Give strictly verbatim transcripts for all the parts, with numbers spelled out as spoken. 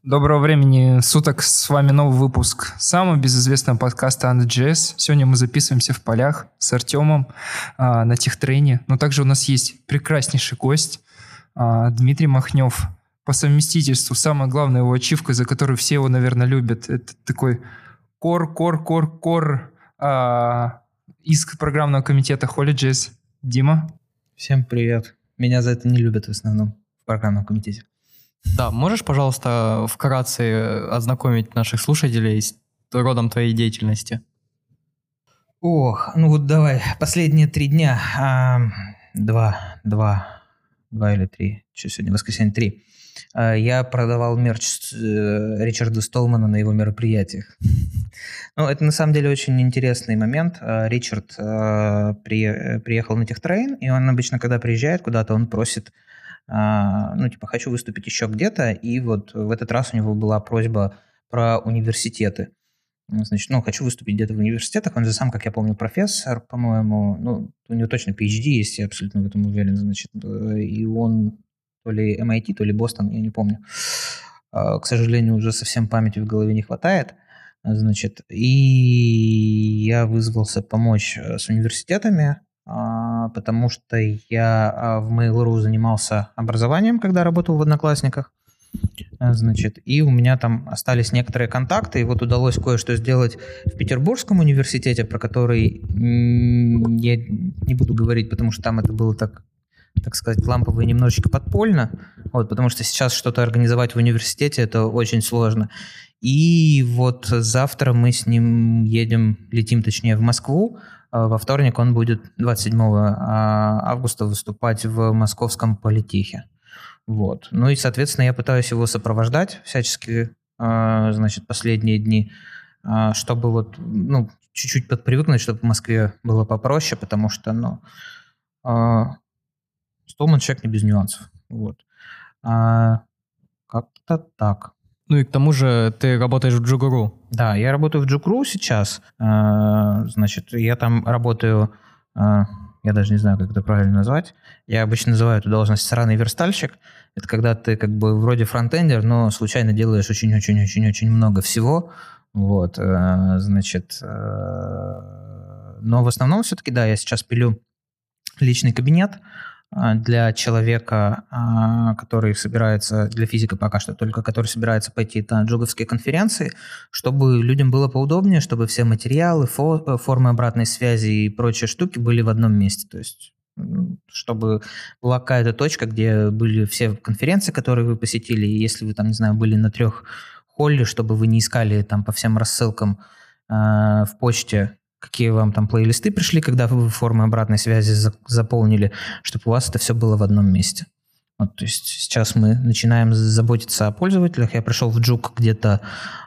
Доброго времени суток, с вами новый выпуск самого безызвестного подкаста Ant.js. Сегодня мы записываемся в полях с Артемом а, на техтрейне, но также у нас есть прекраснейший гость а, Дмитрий Махнев. По совместительству самая главная его ачивка, за которую все его, наверное, любят, это такой кор-кор-кор-кор а, из программного комитета HolyJS. Дима. Всем привет. Меня за это не любят в основном в программном комитете. Да, можешь, пожалуйста, вкратце ознакомить наших слушателей с родом твоей деятельности? Ох, ну вот давай, последние три дня, а, два, два, два или три, что сегодня, воскресенье, три, а, я продавал мерч э, Ричарда Столмана на его мероприятиях. Ну, это на самом деле очень интересный момент. Ричард э, при, приехал на техтрейн, и он обычно, когда приезжает куда-то, он просит Uh, ну, типа, хочу выступить еще где-то, и вот в этот раз у него была просьба про университеты. Значит, ну, хочу выступить где-то в университетах, он же сам, как я помню, профессор, по-моему, ну, у него точно пи эйч ди есть, я абсолютно в этом уверен, значит, и он то ли эм ай ти, то ли Бостон, я не помню. Uh, к сожалению, уже совсем памяти в голове не хватает, значит, и я вызвался помочь с университетами, потому что я в Mail.ru занимался образованием, когда работал в Одноклассниках, значит, и у меня там остались некоторые контакты, и вот удалось кое-что сделать в Петербургском университете, про который я не буду говорить, потому что там это было так, так сказать, лампово и немножечко подпольно, вот, потому что сейчас что-то организовать в университете это очень сложно. И вот завтра мы с ним едем, летим точнее в Москву. Во вторник он будет двадцать седьмого августа выступать в Московском политехе. Вот. Ну и, соответственно, я пытаюсь его сопровождать всячески, значит, последние дни, чтобы вот, ну, чуть-чуть подпривыкнуть, чтобы в Москве было попроще, потому что, ну, Столман человек не без нюансов. Вот. Как-то так. Ну и к тому же ты работаешь в Джугуру. Да, я работаю в Джугуру сейчас. Значит, я там работаю, я даже не знаю, как это правильно назвать. Я обычно называю эту должность сраный верстальщик. Это когда ты как бы вроде фронтендер, но случайно делаешь очень-очень-очень-очень много всего. Вот, значит, но в основном все-таки, да, я сейчас пилю личный кабинет для человека, который собирается, для физика пока что только, который собирается пойти на джуговские конференции, чтобы людям было поудобнее, чтобы все материалы, фо, формы обратной связи и прочие штуки были в одном месте. То есть, чтобы была какая-то точка, где были все конференции, которые вы посетили, и если вы там, не знаю, были на трех холле, чтобы вы не искали там по всем рассылкам э, в почте, какие вам там плейлисты пришли, когда вы формы обратной связи за, заполнили, чтобы у вас это все было в одном месте. Вот, то есть сейчас мы начинаем заботиться о пользователях. Я пришел в Джуг где-то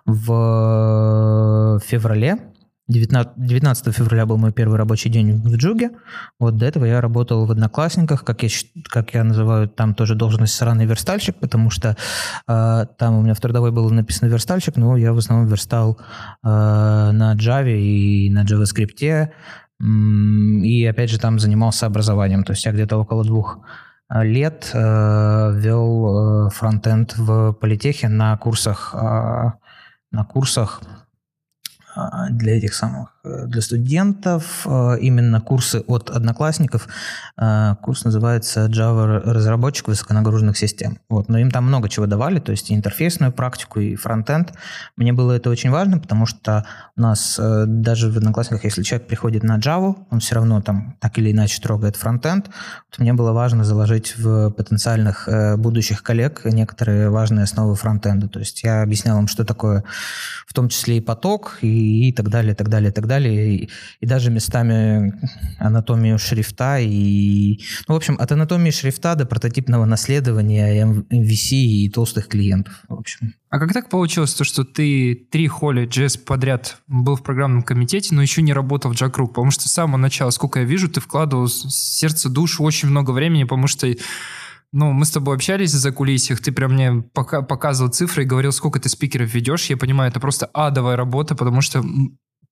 в феврале. девятнадцатого февраля был мой первый рабочий день в Джуге. Вот до этого я работал в Одноклассниках, как я, как я называю там тоже должность сраный верстальщик, потому что э, там у меня в трудовой было написано верстальщик, но я в основном верстал э, на Java и на JavaScript, э, и опять же там занимался образованием. То есть я где-то около двух лет э, вел э, фронтенд в политехе на курсах, э, на курсах для этих самых, для студентов, именно курсы от Одноклассников. Курс называется Java разработчик высоконагруженных систем. Вот. Но им там много чего давали, то есть и интерфейсную практику, и фронтенд. Мне было это очень важно, потому что у нас даже в Одноклассниках, если человек приходит на Java, он все равно там так или иначе трогает фронтенд. Вот мне было важно заложить в потенциальных будущих коллег некоторые важные основы фронтенда. То есть я объяснял им, что такое в том числе и поток, и и так далее, так далее, так далее, и, и даже местами анатомию шрифта, и, ну, в общем, от анатомии шрифта до прототипного наследования, эм ви си и толстых клиентов, в общем. А как так получилось, то, что ты три HolyJS подряд был в программном комитете, но еще не работал в Джакру? Потому что с самого начала, сколько я вижу, ты вкладывал сердце, душу, очень много времени, потому что ну, мы с тобой общались за кулисьях, ты прям мне пока показывал цифры и говорил, сколько ты спикеров ведешь. Я понимаю, это просто адовая работа, потому что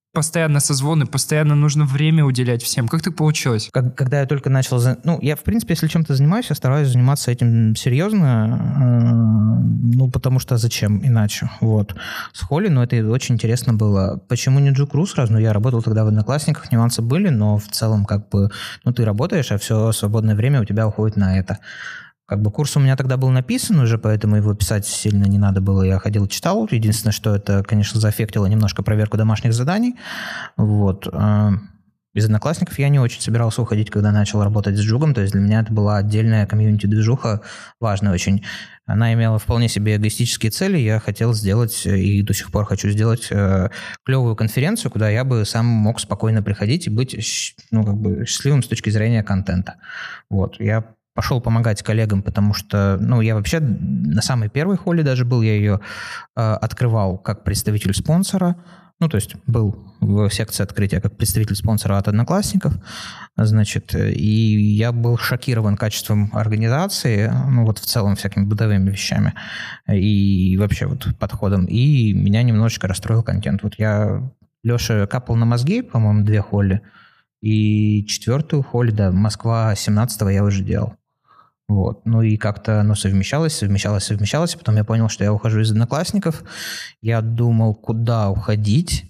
постоянно созвоны, постоянно нужно время уделять всем. Как так получилось? Как, когда я только начал... За... Ну, я, в принципе, если чем-то занимаюсь, я стараюсь заниматься этим серьезно, э, ну, потому что зачем иначе? Вот. С Холли, ну, это очень интересно было. Почему не Juke.ru сразу? Ну, я работал тогда в Одноклассниках, нюансы были, но в целом, как бы, ну, ты работаешь, а все свободное время у тебя уходит на это. Как бы курс у меня тогда был написан уже, поэтому его писать сильно не надо было. Я ходил, читал. Единственное, что это, конечно, заэффектило немножко проверку домашних заданий. Вот. Из Одноклассников я не очень собирался уходить, когда начал работать с Джугом. То есть для меня это была отдельная комьюнити-движуха, важная очень. Она имела вполне себе эгоистические цели. Я хотел сделать, и до сих пор хочу сделать, клевую конференцию, куда я бы сам мог спокойно приходить и быть, ну, как бы счастливым с точки зрения контента. Вот. Я пошел помогать коллегам, потому что, ну, я вообще на самой первой холле даже был, я ее э, открывал как представитель спонсора, ну, то есть был в секции открытия как представитель спонсора от Одноклассников, значит, и я был шокирован качеством организации, ну, вот в целом всякими бытовыми вещами и вообще вот подходом, и меня немножечко расстроил контент. Вот я, Леша капал на мозги, по-моему, две холли, и четвертую холли, да, Москва семнадцатого я уже делал. Вот. Ну и как-то оно совмещалось, совмещалось, совмещалось. Потом я понял, что я ухожу из Одноклассников. Я думал, куда уходить.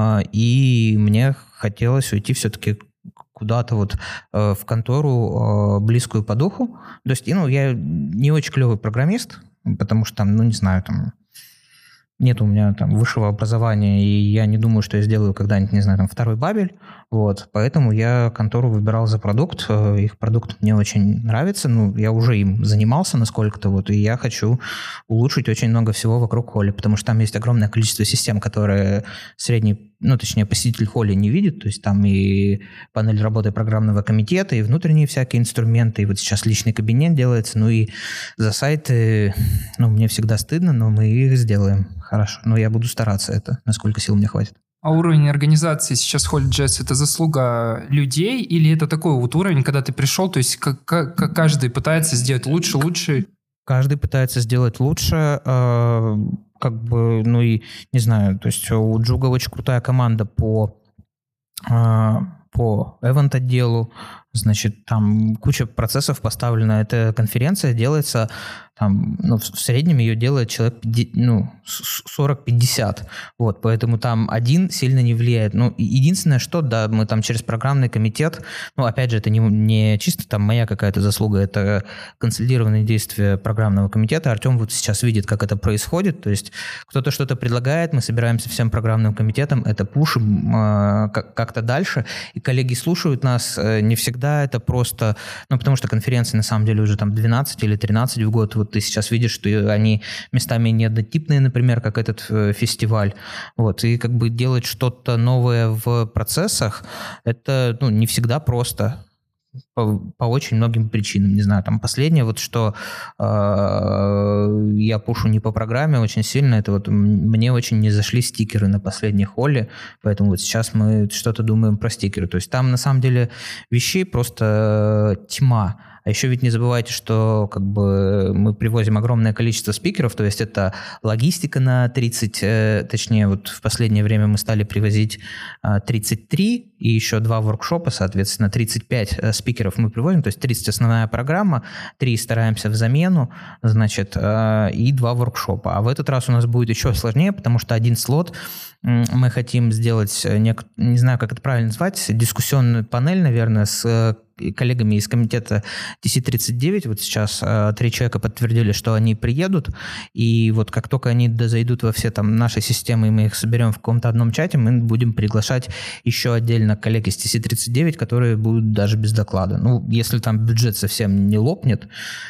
И мне хотелось уйти все-таки куда-то вот в контору, близкую по духу. То есть, ну, я не очень клевый программист, потому что там, ну, не знаю, там нет у меня там высшего образования, и я не думаю, что я сделаю когда-нибудь, не знаю, там второй Бабель. Вот, поэтому я контору выбирал за продукт. Их продукт мне очень нравится. Ну, я уже им занимался насколько-то, вот, и я хочу улучшить очень много всего вокруг Холли, потому что там есть огромное количество систем, которые средний, ну, точнее, посетитель Холли не видит. То есть там и панель работы программного комитета, и внутренние всякие инструменты, и вот сейчас личный кабинет делается. Ну и за сайты, ну, мне всегда стыдно, но мы их сделаем. Хорошо. Но я буду стараться это, насколько сил мне хватит. А уровень организации сейчас HolyJS — это заслуга людей или это такой вот уровень, когда ты пришел, то есть как, как, как каждый пытается сделать лучше, лучше? Каждый пытается сделать лучше, э, как бы, ну и, не знаю, то есть у Джуга очень крутая команда по, э, по event-отделу, значит, там куча процессов поставлена. Эта конференция делается, там, ну, в среднем ее делает человек ну, сорок-пятьдесят. Вот, поэтому там один сильно не влияет. Ну, единственное, что, да, мы там через программный комитет, ну, опять же, это не, не чисто там моя какая-то заслуга, это консолидированные действия программного комитета. Артем вот сейчас видит, как это происходит. То есть кто-то что-то предлагает, мы собираемся всем программным комитетом, это пушим э, как-то дальше, и коллеги слушают нас. Э, не всегда это просто, ну, потому что конференции на самом деле уже там двенадцать или тринадцать в год. Вот ты сейчас видишь, что они местами не однотипные, например, как этот э, фестиваль. Вот, и как бы делать что-то новое в процессах, это, ну, не всегда просто. По, по очень многим причинам. Не знаю, там последнее, вот что э, я пушу не по программе очень сильно, это вот мне очень не зашли стикеры на последней холле, поэтому вот сейчас мы что-то думаем про стикеры. То есть там на самом деле вещей просто э, тьма. А еще ведь не забывайте, что как бы мы привозим огромное количество спикеров, то есть это логистика на тридцать, э, точнее вот в последнее время мы стали привозить э, тридцать три и еще два воркшопа, соответственно, тридцать пять э, спикеров мы привозим, то есть тридцать основная программа, три стараемся в замену, значит, э, и два воркшопа. А в этот раз у нас будет еще сложнее, потому что один слот э, мы хотим сделать, не, не знаю, как это правильно назвать, дискуссионную панель, наверное, с коллегами из комитета ти си тридцать девять. Вот сейчас э, три человека подтвердили, что они приедут, и вот как только они зайдут во все там наши системы, и мы их соберем в каком-то одном чате, мы будем приглашать еще отдельно коллег из ти си тридцать девять, которые будут даже без доклада. Ну, если там бюджет совсем не лопнет,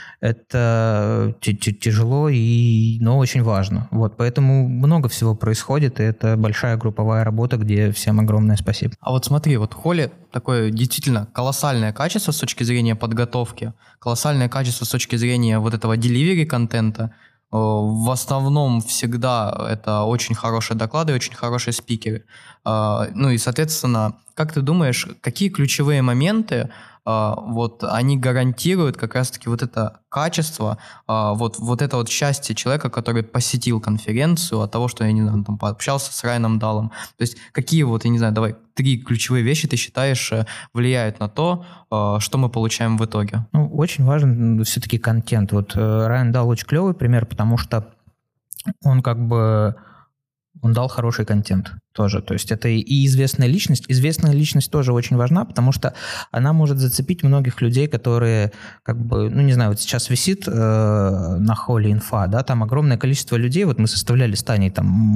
это тяжело, и, но очень важно. Вот, поэтому много всего происходит, и это большая групповая работа, где всем огромное спасибо. А вот смотри, вот Холли такое действительно колоссальное качество с точки зрения подготовки, колоссальное качество с точки зрения вот этого delivery контента. В основном всегда это очень хорошие доклады, очень хорошие спикеры. Ну и, соответственно, как ты думаешь, какие ключевые моменты вот они гарантируют как раз-таки вот это качество, вот, вот это вот счастье человека, который посетил конференцию от того, что, я не знаю, там пообщался с Райаном Даллом. То есть какие вот, я не знаю, давай, три ключевые вещи ты считаешь влияют на то, что мы получаем в итоге? Ну, очень важен все-таки контент. Вот Райан Далл очень клевый пример, потому что он как бы... Он дал хороший контент тоже. То есть это и известная личность. Известная личность тоже очень важна, потому что она может зацепить многих людей, которые, как бы, ну не знаю, вот сейчас висит э, на холле инфа, да, там огромное количество людей. Вот мы составляли с Таней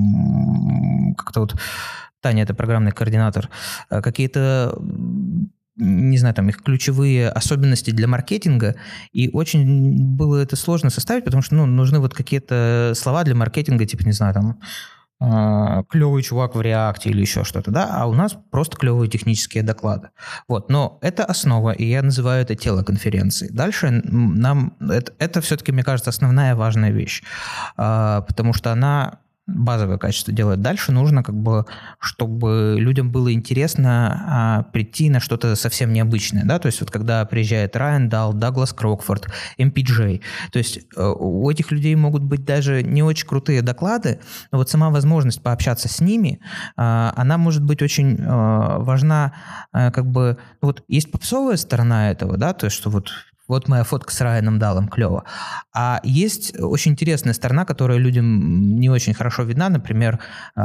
там как-то вот... Таня — это программный координатор. Какие-то... не знаю, там их ключевые особенности для маркетинга, и очень было это сложно составить, потому что, ну, нужны вот какие-то слова для маркетинга, типа, не знаю, там, э, клевый чувак в реакте или еще что-то, да, а у нас просто клевые технические доклады. Вот, но это основа, и я называю это тело конференции. Дальше нам, это, это все-таки, мне кажется, основная важная вещь, э, потому что она базовое качество делает. Дальше нужно, как бы, чтобы людям было интересно а, прийти на что-то совсем необычное, да, то есть вот когда приезжает Райан Далл, Даглас Крокфорд, эм пи джей, то есть э, у этих людей могут быть даже не очень крутые доклады, но вот сама возможность пообщаться с ними, э, она может быть очень э, важна, э, как бы, вот есть попсовая сторона этого, да, то есть что вот вот моя фотка с Райаном Даллом, клево. А есть очень интересная сторона, которая людям не очень хорошо видна. Например,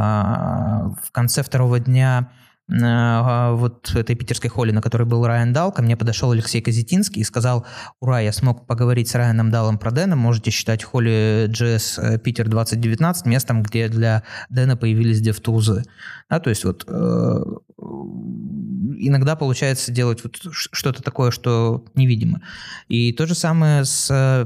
в конце второго дня вот этой питерской холле, на которой был Райан Далл, ко мне подошел Алексей Козетинский и сказал: ура, я смог поговорить с Райаном Даллом про Дэна, можете считать холле джей эс Питер двадцать девятнадцать местом, где для Дэна появились DevTools. Да, то есть вот э, иногда получается делать вот что-то такое, что невидимо. И то же самое с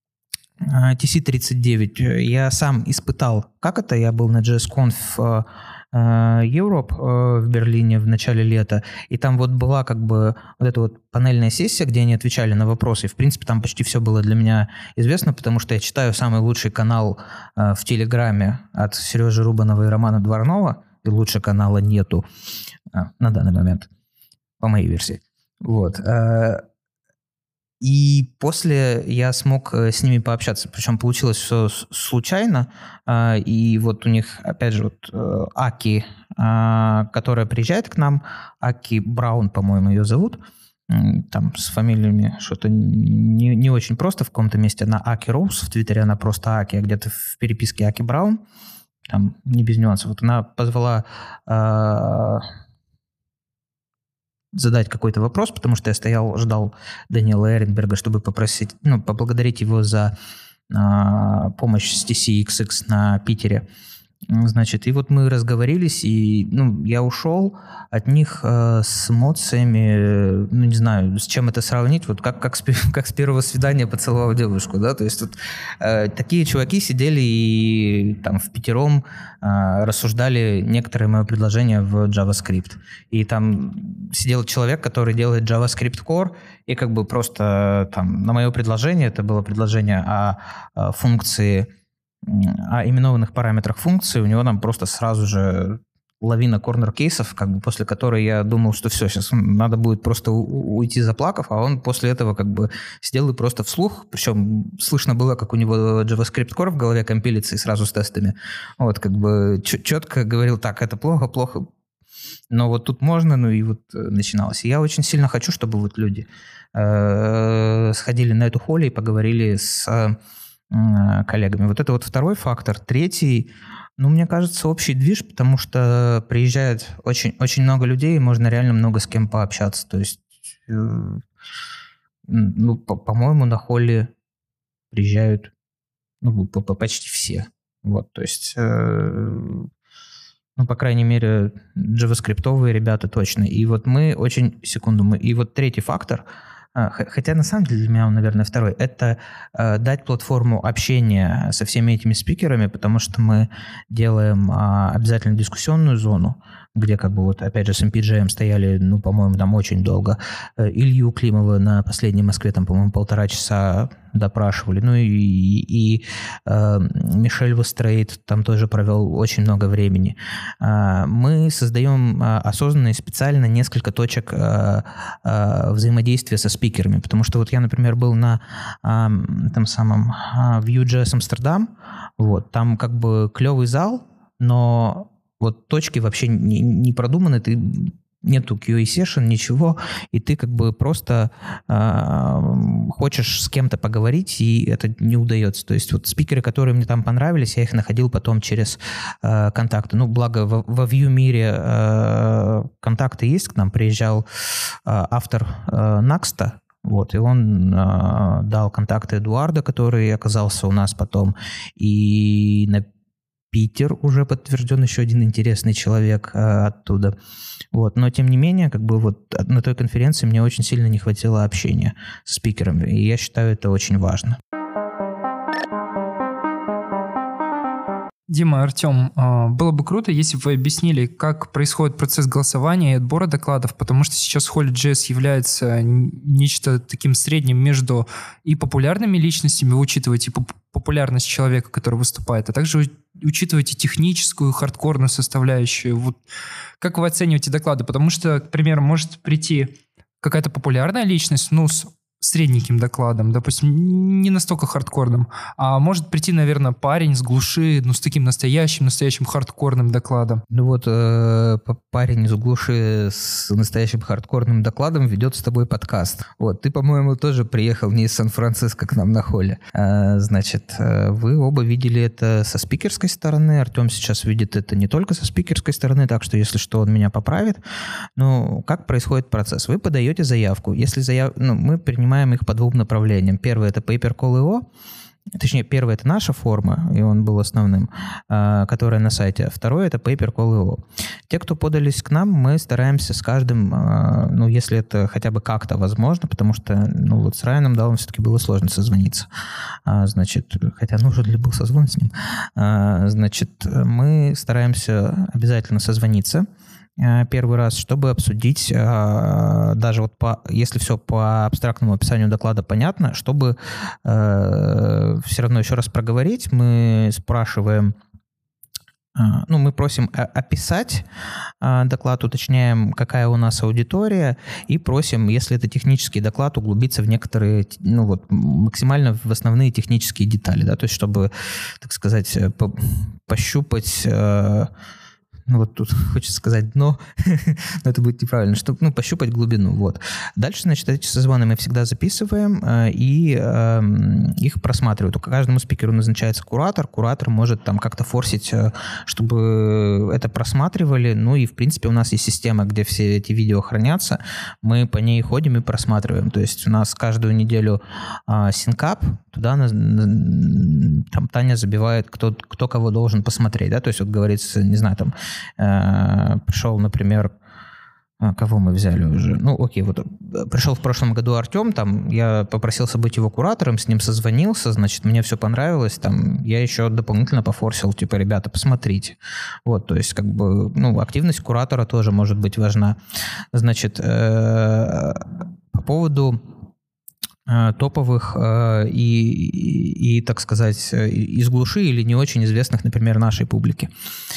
ти си тридцать девять. Я сам испытал, как это, я был на джей эс конф Europe в Берлине в начале лета, и там вот была как бы вот эта вот панельная сессия, где они отвечали на вопросы, и в принципе там почти все было для меня известно, потому что я читаю самый лучший канал в Телеграме от Сережи Рубанова и Романа Дворнова, и лучше канала нету на данный момент, по моей версии. Вот. И после я смог с ними пообщаться, причем получилось все случайно, и вот у них, опять же, вот Аки, которая приезжает к нам, Аки Браун, по-моему, ее зовут, там с фамилиями что-то не, не очень просто, в каком-то месте она Аки Роуз, в Твиттере она просто Аки, а где-то в переписке Аки Браун, там не без нюансов. Вот она позвала задать какой-то вопрос, потому что я стоял, ждал Дэниела Эренберга, чтобы попросить, ну, поблагодарить его за а, помощь с ти си икс икс на Питере. Значит, и вот мы разговорились, и, ну, я ушел от них э, с эмоциями, ну, не знаю, с чем это сравнить, вот как, как, с, как с первого свидания поцеловал девушку, да, то есть вот э, такие чуваки сидели и там в пятером э, рассуждали некоторые мои предложения в JavaScript, и там сидел человек, который делает JavaScript Core, и как бы просто там на мое предложение, это было предложение о, о функции, о именованных параметрах функции, у него там просто сразу же лавина корнер-кейсов, как бы после которой я думал, что все, сейчас надо будет просто уйти заплакав, а он после этого как бы сидел и просто вслух, причем слышно было, как у него JavaScript Core в голове компилится и сразу с тестами. Вот, как бы четко говорил: так, это плохо, плохо, но вот тут можно, ну и вот начиналось. И я очень сильно хочу, чтобы вот люди э, сходили на эту холле и поговорили с коллегами. Вот это вот второй фактор. Третий, ну, мне кажется, общий движ, потому что приезжает очень, очень много людей, и можно реально много с кем пообщаться. То есть, э, ну, по- по-моему, на холле приезжают, ну, по- по- почти все. Вот, то есть, э, ну, по крайней мере, джаваскриптовые ребята точно. И вот мы очень... Секунду. Мы, и вот третий фактор, хотя на самом деле для меня он, наверное, второй, это э, дать платформу общения со всеми этими спикерами, потому что мы делаем э, обязательно дискуссионную зону, где как бы вот опять же с эм пи джей эм стояли, ну, по-моему, там очень долго. Илью Климова на последней Москве там, по-моему, полтора часа допрашивали. Ну и, и, и э, Мишель Вестрейд там тоже провел очень много времени. Э, мы создаем э, осознанно и специально несколько точек э, э, взаимодействия со спикерами, потому что вот я, например, был на э, том самом э, Vue.js Амстердам, вот, там как бы клевый зал, но вот точки вообще не, не продуманы, ты нету кью эй-сешн, ничего, и ты как бы просто э, хочешь с кем-то поговорить, и это не удается. То есть вот спикеры, которые мне там понравились, я их находил потом через э, контакты. Ну, благо во, во Vue мире э, контакты есть, к нам приезжал э, автор э, Next, вот, и он э, дал контакты Эдуарда, который оказался у нас потом, и на Питер уже подтвержден еще один интересный человек э, оттуда. Вот. Но, тем не менее, как бы вот на той конференции мне очень сильно не хватило общения с спикерами, и я считаю это очень важно. Дима, Артем, было бы круто, если бы вы объяснили, как происходит процесс голосования и отбора докладов, потому что сейчас Holy.js является нечто таким средним между и популярными личностями, вы учитываете популярность человека, который выступает, а также учитываете техническую, хардкорную составляющую. Вот как вы оцениваете доклады? Потому что, к примеру, может прийти какая-то популярная личность, ну, с средненьким докладом, допустим, не настолько хардкорным, а может прийти, наверное, парень с глуши, ну, с таким настоящим, настоящим хардкорным докладом. Ну вот э, парень из глуши с настоящим хардкорным докладом ведет с тобой подкаст. Вот, ты, по-моему, тоже приехал не из Сан-Франциско к нам на холле. А, значит, вы оба видели это со спикерской стороны, Артем сейчас видит это не только со спикерской стороны, так что, если что, он меня поправит. Ну, как происходит процесс? Вы подаете заявку. Если заяв... ну, мы принимаем их по двум направлениям. Первое — это PaperCall точка ай о, точнее, первое — это наша форма, и он был основным, которая на сайте. Второе — это PaperCall точка ай о. Те, кто подались к нам, мы стараемся с каждым, ну, если это хотя бы как-то возможно, потому что, ну, вот с Райаном Далом все-таки было сложно созвониться. Значит, хотя нужен ли был созвон с ним. Значит, мы стараемся обязательно созвониться первый раз, чтобы обсудить, даже вот по, если все по абстрактному описанию доклада понятно, чтобы э, все равно еще раз проговорить, мы спрашиваем, э, ну, мы просим описать э, доклад, уточняем, какая у нас аудитория, и просим, если это технический доклад, углубиться в некоторые, ну, вот, максимально в основные технические детали, да, то есть чтобы, так сказать, по, пощупать... Э, ну вот тут хочется сказать дно, но это будет неправильно, чтобы, ну, пощупать глубину, вот. Дальше, значит, эти созвоны мы всегда записываем э, и э, их просматривают. У каждому спикеру назначается куратор, куратор может там как-то форсить, э, чтобы это просматривали, ну и, в принципе, у нас есть система, где все эти видео хранятся, мы по ней ходим и просматриваем, то есть у нас каждую неделю э, синкап, туда на, на, там Таня забивает, кто, кто кого должен посмотреть, да, то есть вот говорится, не знаю, там пришел, например, кого мы взяли уже? Ну, окей, вот пришел в прошлом году Артем, там я попросился быть его куратором, с ним созвонился, значит, мне все понравилось, там я еще дополнительно пофорсил, типа, ребята, посмотрите. Вот, то есть, как бы, ну, активность куратора тоже может быть важна. Значит, по поводу топовых и, и, и, так сказать, из глуши или не очень известных, например, нашей публике.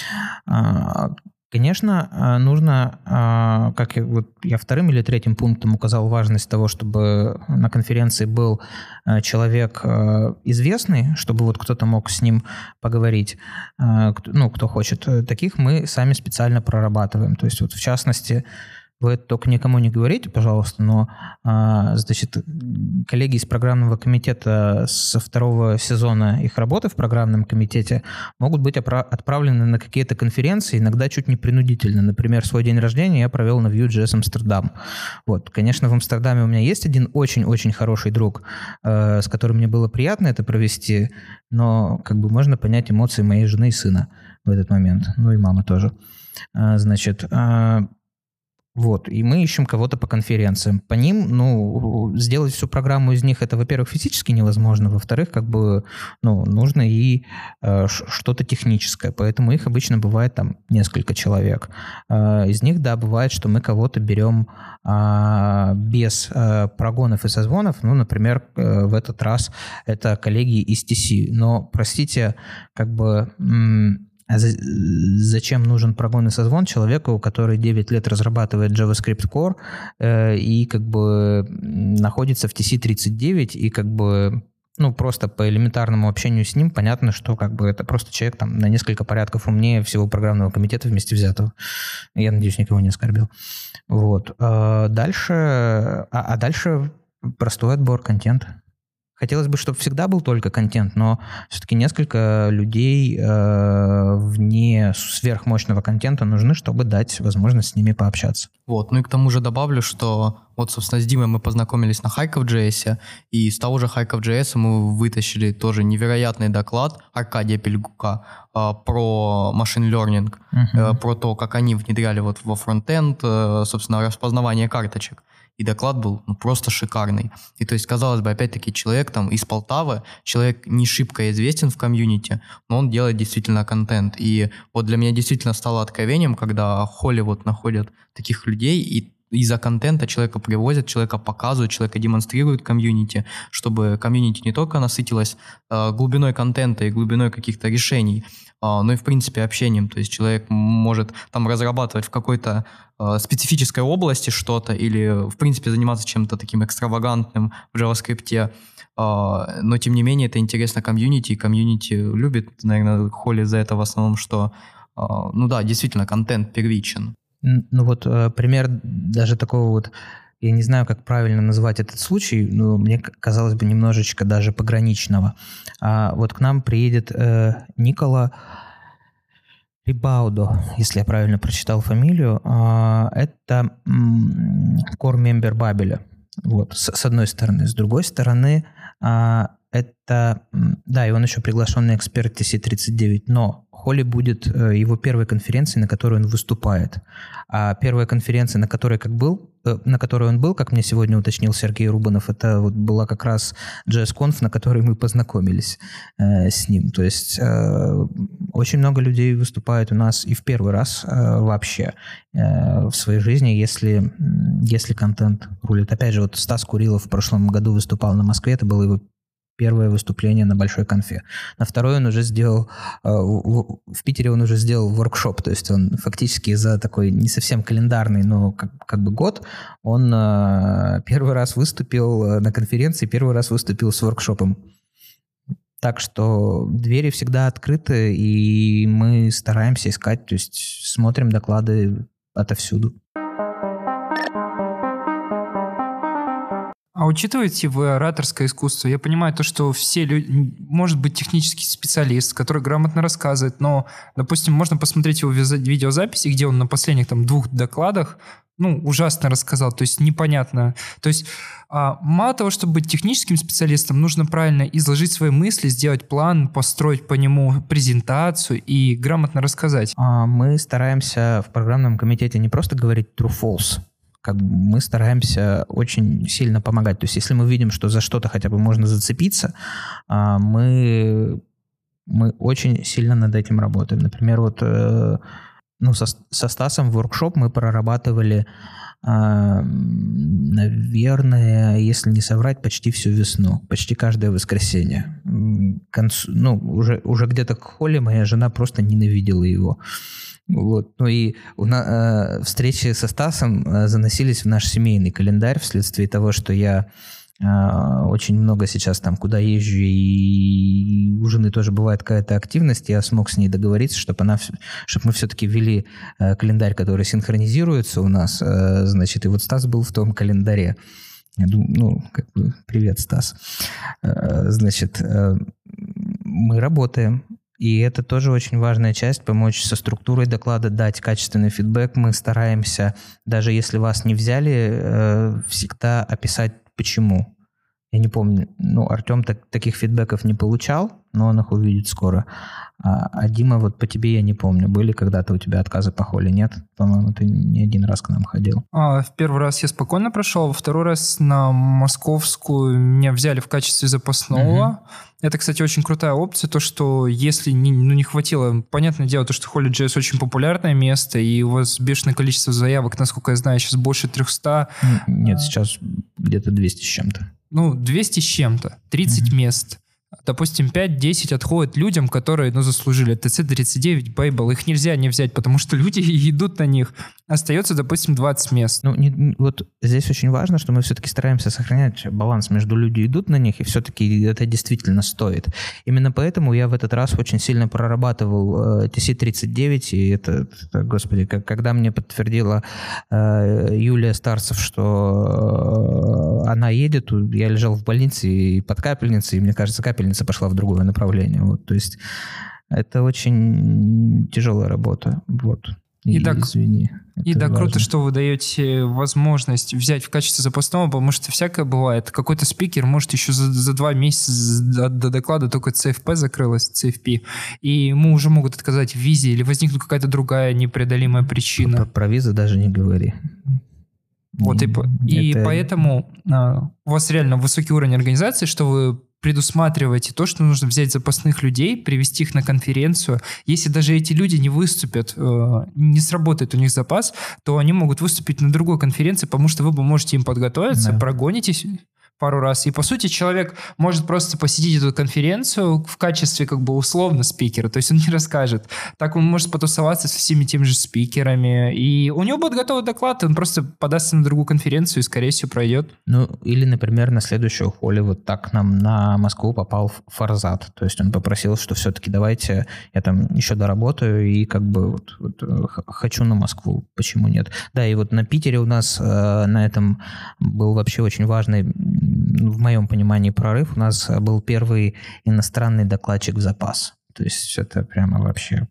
Конечно, нужно, как я, вот я вторым или третьим пунктом указал важность того, чтобы на конференции был человек известный, чтобы вот кто-то мог с ним поговорить, ну, кто хочет. Таких мы сами специально прорабатываем. То есть вот в частности... Вы это только никому не говорите, пожалуйста, но, значит, коллеги из программного комитета со второго сезона их работы в программном комитете могут быть отправлены на какие-то конференции, иногда чуть не принудительно. Например, свой день рождения я провел на Vue.js Амстердам. Вот, конечно, в Амстердаме у меня есть один очень-очень хороший друг, с которым мне было приятно это провести, но как бы можно понять эмоции моей жены и сына в этот момент, ну и мамы тоже. Значит, Вот, и мы ищем кого-то по конференциям. По ним, ну, сделать всю программу из них, это, во-первых, физически невозможно, во-вторых, как бы, ну, нужно и э, что-то техническое, поэтому их обычно бывает там несколько человек. Э, из них, да, бывает, что мы кого-то берем э, без э, прогонов и созвонов, ну, например, э, в этот раз это коллеги из ти си, но, простите, как бы... М- А зачем нужен прогон и созвон человеку, который девять лет разрабатывает JavaScript Core э, и как бы находится в ти си тридцать девять, и как бы, ну, просто по элементарному общению с ним понятно, что как бы это просто человек там на несколько порядков умнее всего программного комитета вместе взятого. Я надеюсь, никого не оскорбил. Вот. А дальше, а, а дальше простой отбор контента. Хотелось бы, чтобы всегда был только контент, но все-таки несколько людей э, вне сверхмощного контента нужны, чтобы дать возможность с ними пообщаться. Вот, ну и к тому же добавлю, что вот, собственно, с Димой мы познакомились на Хайков.js, и с того же Хайков.js мы вытащили тоже невероятный доклад Аркадия Пельгука э, про машин learning, uh-huh. э, про то, как они внедряли вот во фронтенд, э, собственно, распознавание карточек. И доклад был ну, просто шикарный. И то есть, казалось бы, опять-таки, человек там из Полтавы, человек не шибко известен в комьюнити, но он делает действительно контент. И вот для меня действительно стало откровением, когда Холли вот находят таких людей, и из-за контента человека привозят, человека показывают, человека демонстрируют комьюнити, чтобы комьюнити не только насытилось э, глубиной контента и глубиной каких-то решений, э, но и, в принципе, общением. То есть человек может там разрабатывать в какой-то э, специфической области что-то или, в принципе, заниматься чем-то таким экстравагантным в JavaScript, э, но, тем не менее, это интересно комьюнити, и комьюнити любит, наверное, Холли за это в основном, что, э, ну да, действительно, контент первичен. Ну вот пример даже такого вот, я не знаю, как правильно назвать этот случай, но мне казалось бы немножечко даже пограничного. А вот к нам приедет э, Никола Рибаудо, если я правильно прочитал фамилию. А, это м, core-мембер Бабеля. Вот, с, с одной стороны. С другой стороны, а, это, да, и он еще приглашенный эксперт ти си тридцать девять, но Холли будет э, его первой конференцией, на которой он выступает. А первая конференция, на которой, как был, э, на которой он был, как мне сегодня уточнил Сергей Рубанов, это вот была как раз джей эс конф, на которой мы познакомились э, с ним. То есть э, очень много людей выступает у нас и в первый раз э, вообще э, в своей жизни, если, если контент рулит. Опять же, вот Стас Курилов в прошлом году выступал на Москве, это было его первое выступление на большой конфе. На второй он уже сделал, в Питере он уже сделал воркшоп, то есть он фактически за такой не совсем календарный, но как, как бы год, он первый раз выступил на конференции, первый раз выступил с воркшопом. Так что двери всегда открыты, и мы стараемся искать, то есть смотрим доклады отовсюду. А учитываете вы ораторское искусство? Я понимаю то, что все люди... Может быть технический специалист, который грамотно рассказывает, но, допустим, можно посмотреть его видеозаписи, где он на последних там двух докладах ну, ужасно рассказал, то есть непонятно. То есть а, мало того, чтобы быть техническим специалистом, нужно правильно изложить свои мысли, сделать план, построить по нему презентацию и грамотно рассказать. А мы стараемся в программном комитете не просто говорить true-false, как бы мы стараемся очень сильно помогать. То есть если мы видим, что за что-то хотя бы можно зацепиться, мы, мы очень сильно над этим работаем. Например, вот ну, со, со Стасом в воркшоп мы прорабатывали, наверное, если не соврать, почти всю весну, почти каждое воскресенье. К концу, ну, уже, уже где-то к Холле моя жена просто ненавидела его. Вот. Ну и у нас, э, встречи со Стасом э, заносились в наш семейный календарь вследствие того, что я э, очень много сейчас там куда езжу, и у жены тоже бывает какая-то активность, я смог с ней договориться, чтобы, она, чтобы мы все-таки ввели э, календарь, который синхронизируется у нас, э, значит, и вот Стас был в том календаре. Я думаю, ну, как бы, привет, Стас. Э, значит, э, мы работаем. И это тоже очень важная часть, помочь со структурой доклада, дать качественный фидбэк. Мы стараемся, даже если вас не взяли, всегда описать почему. Я не помню, ну, Артем так, таких фидбэков не получал, но он их увидит скоро. А, а Дима, вот по тебе я не помню, были когда-то у тебя отказы по холле, нет? По-моему, ты не один раз к нам ходил. А, в первый раз я спокойно прошел, во второй раз на Московскую меня взяли в качестве запасного. Угу. Это, кстати, очень крутая опция, то, что если не, ну, не хватило, понятное дело, то, что Holy.js очень популярное место, и у вас бешеное количество заявок, насколько я знаю, сейчас больше трехсот. Нет, сейчас где-то двести с чем-то. Ну, двести с чем-то, тридцать mm-hmm. мест. Допустим, пять-десять отходят людям, которые, ну, заслужили. ти си тридцать девять, Babel, их нельзя не взять, потому что люди идут на них. Остается, допустим, двадцать мест. Ну, не, вот здесь очень важно, что мы все-таки стараемся сохранять баланс между люди идут на них, и все-таки это действительно стоит. Именно поэтому я в этот раз очень сильно прорабатывал э, ти си тридцать девять, и это, это господи, как, когда мне подтвердила э, Юлия Старцев, что э, она едет, я лежал в больнице и под капельницей, и мне кажется, капельница пошла в другое направление. Вот, то есть это очень тяжелая работа. Вот. И, и так, извини. И да, важно. Круто, что вы даете возможность взять в качестве запасного, потому что всякое бывает. Какой-то спикер может еще за, за два месяца до, до доклада только си эф пи закрылась, си эф пи, и ему уже могут отказать в визе или возникнет какая-то другая непреодолимая причина. Про, про визу даже не говори. Вот, и, и это... поэтому а, у вас реально высокий уровень организации, что вы предусматриваете то, что нужно взять запасных людей, привести их на конференцию. Если даже эти люди не выступят, не сработает у них запас, то они могут выступить на другой конференции, потому что вы можете им подготовиться, да. прогонитесь пару раз. И, по сути, человек может просто посетить эту конференцию в качестве, как бы, условно спикера. То есть он не расскажет. Так он может потусоваться со всеми теми же спикерами. И у него будет готовый доклад, он просто подастся на другую конференцию и, скорее всего, пройдет. Ну, или, например, на следующую холле вот так нам на Москву попал Фарзат. То есть он попросил, что все-таки давайте я там еще доработаю и как бы вот, вот хочу на Москву. Почему нет? Да, и вот на Питере у нас э, на этом был вообще очень важный, в моем понимании, прорыв. У нас был первый иностранный докладчик в запас. То есть это прямо вообще...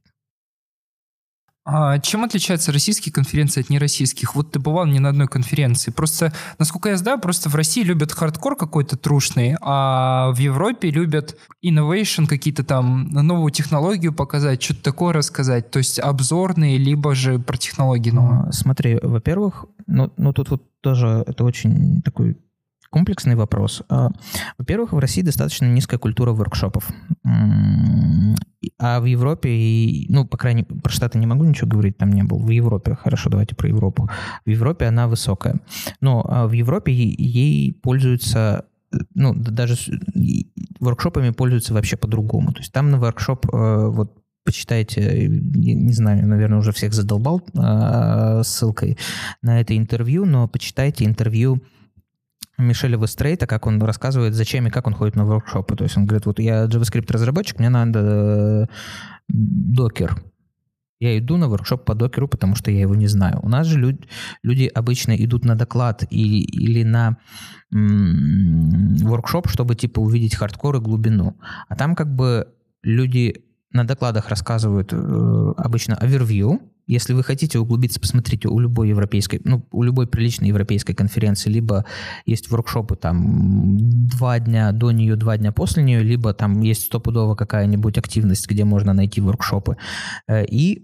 А чем отличаются российские конференции от нероссийских? Вот ты бывал не на одной конференции. Просто, насколько я знаю, просто в России любят хардкор какой-то трушный, а в Европе любят innovation, какие-то там новую технологию показать, что-то такое рассказать. То есть обзорные, либо же про технологии новые. А, смотри, во-первых, ну, ну тут вот тоже это очень такой... комплексный вопрос. Во-первых, в России достаточно низкая культура воркшопов. А в Европе, ну, по крайней мере, про Штаты не могу ничего говорить, там не был. В Европе, хорошо, давайте про Европу. В Европе она высокая. Но в Европе ей пользуются, ну, даже воркшопами пользуются вообще по-другому. То есть там на воркшоп, вот, почитайте, не знаю, наверное, уже всех задолбал ссылкой на это интервью, но почитайте интервью Мишеля Вестрейта, как он рассказывает, зачем и как он ходит на воркшопы. То есть он говорит, вот я JavaScript-разработчик, мне надо докер. Я иду на воркшоп по докеру, потому что я его не знаю. У нас же люди, люди обычно идут на доклад и, или на м- воркшоп, чтобы типа увидеть хардкор и глубину. А там как бы люди на докладах рассказывают э, обычно овервью. Если вы хотите углубиться, посмотрите у любой европейской, ну, у любой приличной европейской конференции, либо есть воркшопы там два дня до нее, два дня после нее, либо там есть стопудово какая-нибудь активность, где можно найти воркшопы. И,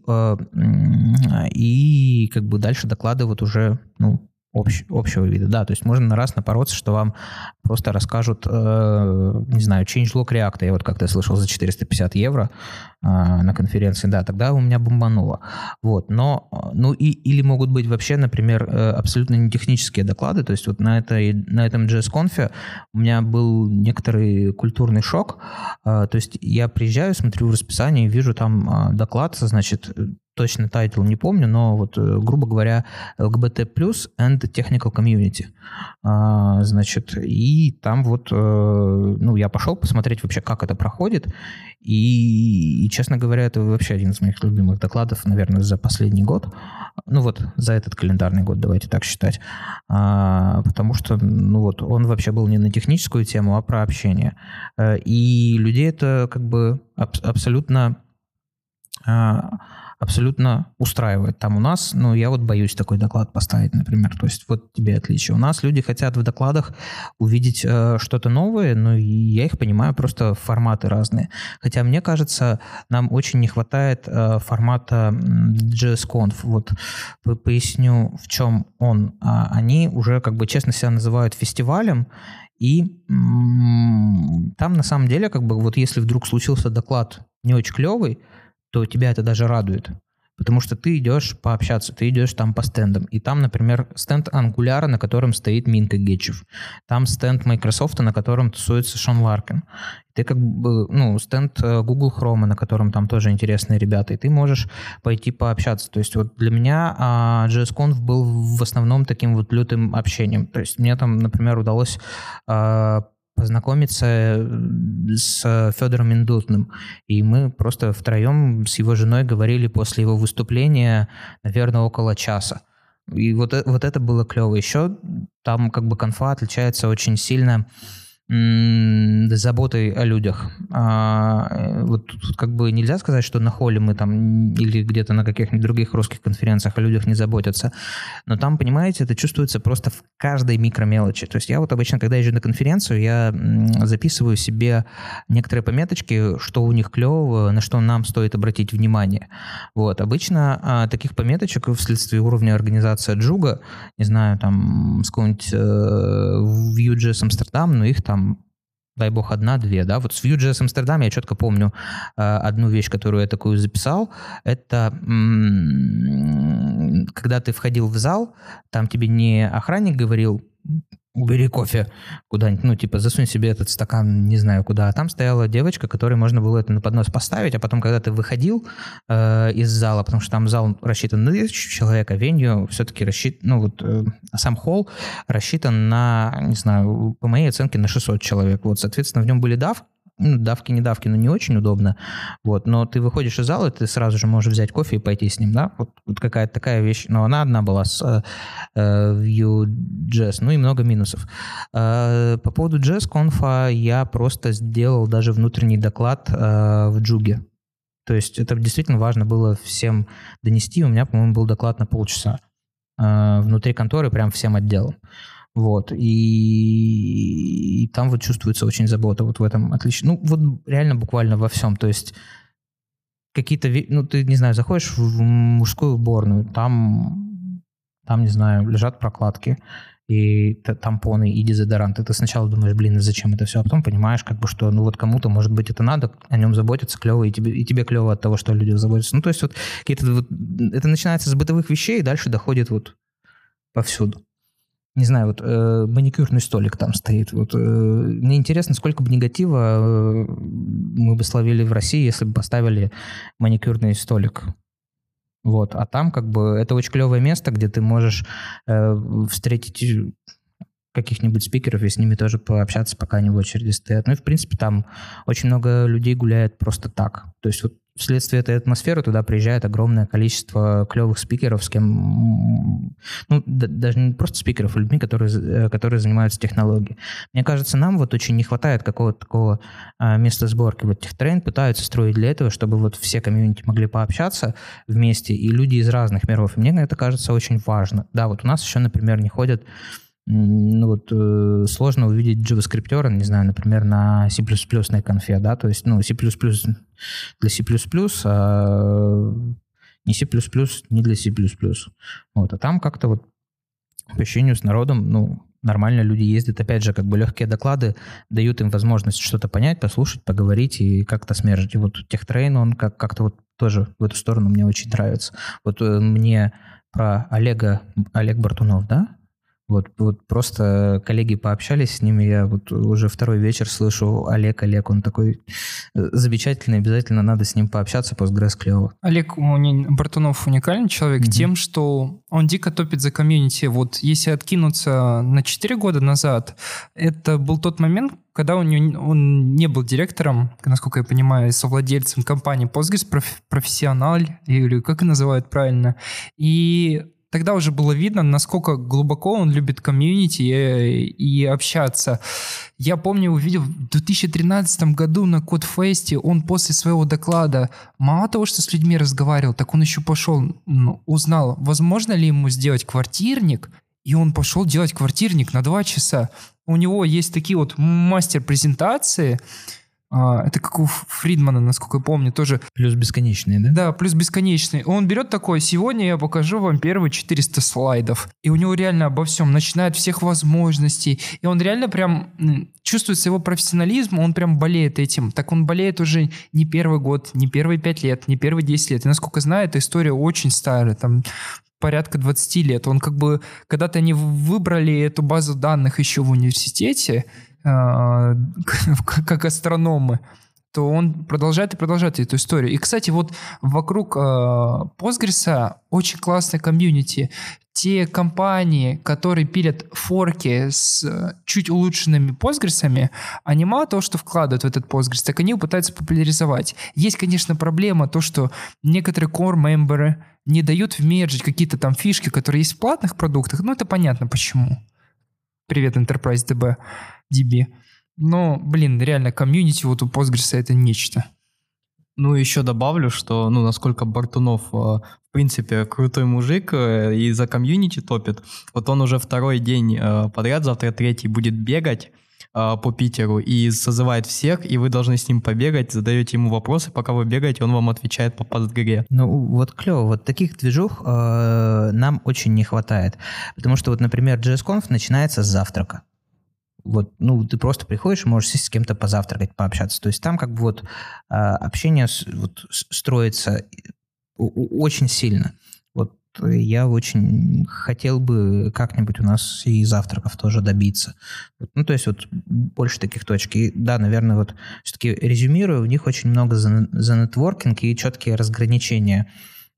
и как бы дальше доклады вот уже, ну, Общ, общего вида, да, то есть можно на раз напороться, что вам просто расскажут, э, не знаю, changelog React, я вот как-то слышал за четыреста пятьдесят евро э, на конференции, да, тогда у меня бомбануло, вот, но, ну и, или могут быть вообще, например, э, абсолютно не технические доклады, то есть вот на, этой, на этом джей эс-конфе у меня был некоторый культурный шок, э, то есть я приезжаю, смотрю в расписание и вижу там э, доклад, значит, точно тайтл не помню, но вот, грубо говоря, эл джи би ти плюс and Technical Community. А, значит, и там вот, ну, я пошел посмотреть вообще, как это проходит, и, и, честно говоря, это вообще один из моих любимых докладов, наверное, за последний год. Ну вот, за этот календарный год, давайте так считать. А, потому что, ну вот, он вообще был не на техническую тему, а про общение. И людей это как бы аб- абсолютно... абсолютно устраивает. Там у нас, ну, я вот боюсь такой доклад поставить, например. То есть вот тебе отличие. У нас люди хотят в докладах увидеть э, что-то новое, но я их понимаю, просто форматы разные. Хотя, мне кажется, нам очень не хватает э, формата джей эс конф. Вот поясню, в чем он. А, они уже, как бы, честно себя называют фестивалем, и м- там, на самом деле, как бы, вот если вдруг случился доклад не очень клевый, то тебя это даже радует. Потому что ты идешь пообщаться, ты идешь там по стендам. И там, например, стенд Angular, на котором стоит Минка Гетчев. Там стенд Microsoft, на котором тусуется Шон Ларкин. Ты как бы, ну, стенд Google Chrome, на котором там тоже интересные ребята. И ты можешь пойти пообщаться. То есть вот для меня а, джей эс конф был в основном таким вот лютым общением. То есть мне там, например, удалось... А, познакомиться с Федором Миндутным. И мы просто втроем с его женой говорили после его выступления, наверное, около часа. И вот, вот это было клево. Еще там как бы конфа отличается очень сильно м- заботой о людях. А, вот тут как бы нельзя сказать, что на холле мы там или где-то на каких-нибудь других русских конференциях о людях не заботятся. Но там, понимаете, это чувствуется просто в каждой микромелочи. То есть я вот обычно, когда езжу на конференцию, я записываю себе некоторые пометочки, что у них клевого, на что нам стоит обратить внимание. Вот. Обычно а, таких пометочек вследствие уровня организации Джуга, не знаю, там с какого-нибудь э, Vue.js Амстердам, но их там дай бог, одна-две, да, вот с Vue.js Амстердам я четко помню э, одну вещь, которую я такую записал, это м- когда ты входил в зал, там тебе не охранник говорил, убери кофе куда-нибудь, ну, типа, засунь себе этот стакан, не знаю куда, а там стояла девочка, которой можно было это на поднос поставить, а потом, когда ты выходил э, из зала, потому что там зал рассчитан на тысячу человек, а венью все-таки рассчитан, ну, вот, э, сам холл рассчитан на, не знаю, по моей оценке, на шестьсот человек, вот, соответственно, в нем были давки, ну, давки, не давки, но не очень удобно, вот, но ты выходишь из зала, ты сразу же можешь взять кофе и пойти с ним, да, вот, вот какая-то такая вещь, но она одна была с э, Vue.js, ну и много минусов. Э, по поводу джей эс конфа я просто сделал даже внутренний доклад э, в Джуге, то есть это действительно важно было всем донести, у меня, по-моему, был доклад на полчаса э, внутри конторы, прям всем отделом. Вот, и... и там вот чувствуется очень забота вот в этом отличие. Ну, вот реально буквально во всем, то есть какие-то, ну, ты, не знаю, заходишь в мужскую уборную, там, там, не знаю, лежат прокладки, и тампоны, и дезодоранты. Ты сначала думаешь, блин, зачем это все, а потом понимаешь, как бы, что, ну, вот кому-то, может быть, это надо, о нем заботиться клево, и тебе, и тебе клево от того, что люди заботятся. Ну, то есть вот какие-то вот, это начинается с бытовых вещей, и дальше доходит вот повсюду. Не знаю, вот э, маникюрный столик там стоит. Вот, э, мне интересно, сколько бы негатива э, мы бы словили в России, если бы поставили маникюрный столик. Вот. А там как бы это очень клевое место, где ты можешь э, встретить каких-нибудь спикеров и с ними тоже пообщаться, пока они в очереди стоят. Ну и, в принципе, там очень много людей гуляет просто так. То есть вот вследствие этой атмосферы туда приезжает огромное количество клевых спикеров, с кем... Ну, да, даже не просто спикеров, а людьми, которые, которые занимаются технологией. Мне кажется, нам вот очень не хватает какого-то такого а, места сборки. Вот Техтрейн пытаются строить для этого, чтобы вот все комьюнити могли пообщаться вместе, и люди из разных миров. И мне это кажется очень важно. Да, вот у нас еще, например, не ходят... Ну вот э, сложно увидеть JavaScript, не знаю, например, на C++ на конфе, да, то есть, ну, C++ для C++, а не C++ не для C++. Вот, а там как-то вот по общению с народом, ну, нормально люди ездят, опять же, как бы легкие доклады дают им возможность что-то понять, послушать, поговорить и как-то смержить. И вот Техтрейн, он как- как-то вот тоже в эту сторону мне очень нравится. Вот э, мне про Олега, Олег Бартунов, да, Вот, вот просто коллеги пообщались с ними, я вот уже второй вечер слышу Олег, Олег, он такой замечательный, обязательно надо с ним пообщаться, Postgres клево. Олег Бартунов уникальный человек mm-hmm. тем, что он дико топит за комьюнити. Вот если откинуться на четыре года назад, это был тот момент, когда он не, он не был директором, насколько я понимаю, совладельцем компании Postgres, проф, профессионал, или как и называют правильно, и тогда уже было видно, насколько глубоко он любит комьюнити и, и общаться. Я помню, увидел в две тысячи тринадцатом году на Кодфесте, он после своего доклада мало того, что с людьми разговаривал, так он еще пошел, ну, узнал, возможно ли ему сделать квартирник, и он пошел делать квартирник на два часа. У него есть такие вот мастер-презентации, это как у Фридмана, насколько я помню, тоже. Плюс бесконечные, да? Да, плюс бесконечные. Он берет такой: сегодня я покажу вам первые четыреста слайдов. И у него реально обо всем, начиная от всех возможностей. И он реально прям чувствуется его профессионализм, он прям болеет этим. Так он болеет уже не первый год, не первые пять лет, не первые десять лет. И насколько знаю, эта история очень старая, там порядка двадцать лет. Он как бы, когда-то они выбрали эту базу данных еще в университете, как астрономы, то он продолжает и продолжает эту историю. И, кстати, вот вокруг Postgres очень классная комьюнити. Те компании, которые пилят форки с чуть улучшенными Postgres'ами, они мало того, что вкладывают в этот Postgres, так они его пытаются популяризовать. Есть, конечно, проблема, то, что некоторые core-мемберы не дают вмержить какие-то там фишки, которые есть в платных продуктах. Ну, это понятно почему. Привет, Enterprise ди би. ди би. Но, блин, реально, комьюнити вот у Postgres это нечто. Ну, еще добавлю, что, ну, насколько Бартунов, в принципе, крутой мужик и за комьюнити топит. Вот он уже второй день подряд, завтра третий, будет бегать по Питеру и созывает всех, и вы должны с ним побегать, задаете ему вопросы, пока вы бегаете, он вам отвечает по Postgre. Ну, вот клево. Вот таких движух э, нам очень не хватает. Потому что, вот, например, джей эс конф начинается с завтрака. Вот, ну, ты просто приходишь и можешь сесть с кем-то позавтракать, пообщаться. То есть там как бы вот общение вот строится очень сильно. Вот я очень хотел бы как-нибудь у нас и завтраков тоже добиться. Ну, то есть вот больше таких точек. И да, наверное, вот все-таки резюмирую, у них очень много за, за нетворкинг и четкие разграничения,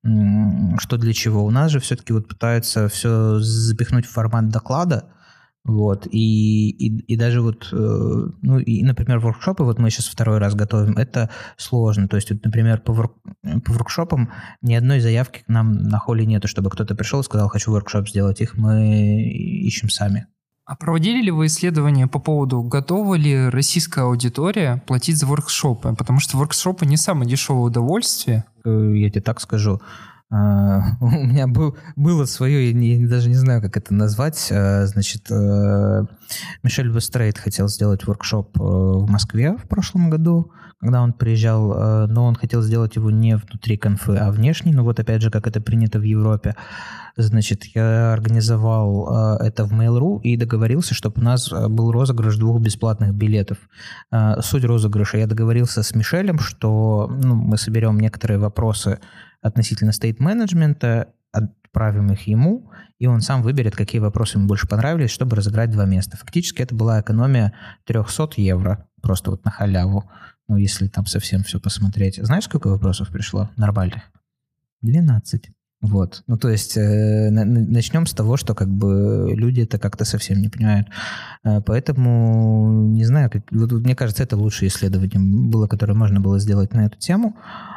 что для чего. У нас же все-таки вот пытаются все запихнуть в формат доклада. Вот, и, и, и даже вот, э, ну, и, например, воркшопы, вот мы сейчас второй раз готовим, это сложно. То есть, вот, например, по, ворк, по воркшопам ни одной заявки к нам на холле нету, чтобы кто-то пришел и сказал, хочу воркшоп сделать. Их мы ищем сами. А проводили ли вы исследования по поводу, готова ли российская аудитория платить за воркшопы? Потому что воркшопы не самое дешевое удовольствие. Я тебе так скажу. Uh, у меня был, было свое, я, не, я даже не знаю, как это назвать. Uh, значит, uh, Мишель Вестрейд хотел сделать воркшоп uh, в Москве в прошлом году, когда он приезжал, uh, но он хотел сделать его не внутри конфы, а внешний. Ну вот опять же, как это принято в Европе. Значит, я организовал uh, это в Mail.ru и договорился, чтобы у нас был розыгрыш двух бесплатных билетов. Uh, суть розыгрыша: я договорился с Мишелем, что ну, мы соберем некоторые вопросы относительно стейт-менеджмента, отправим их ему, и он сам выберет, какие вопросы ему больше понравились, чтобы разыграть два места. Фактически это была экономия триста евро, просто вот на халяву, ну, если там совсем все посмотреть. Знаешь, сколько вопросов пришло нормальных? двенадцать. Вот. Ну, то есть э, начнем с того, что как бы люди это как-то совсем не понимают. Э, поэтому, не знаю, как, вот, мне кажется, это лучшее исследование было, которое можно было сделать на эту тему.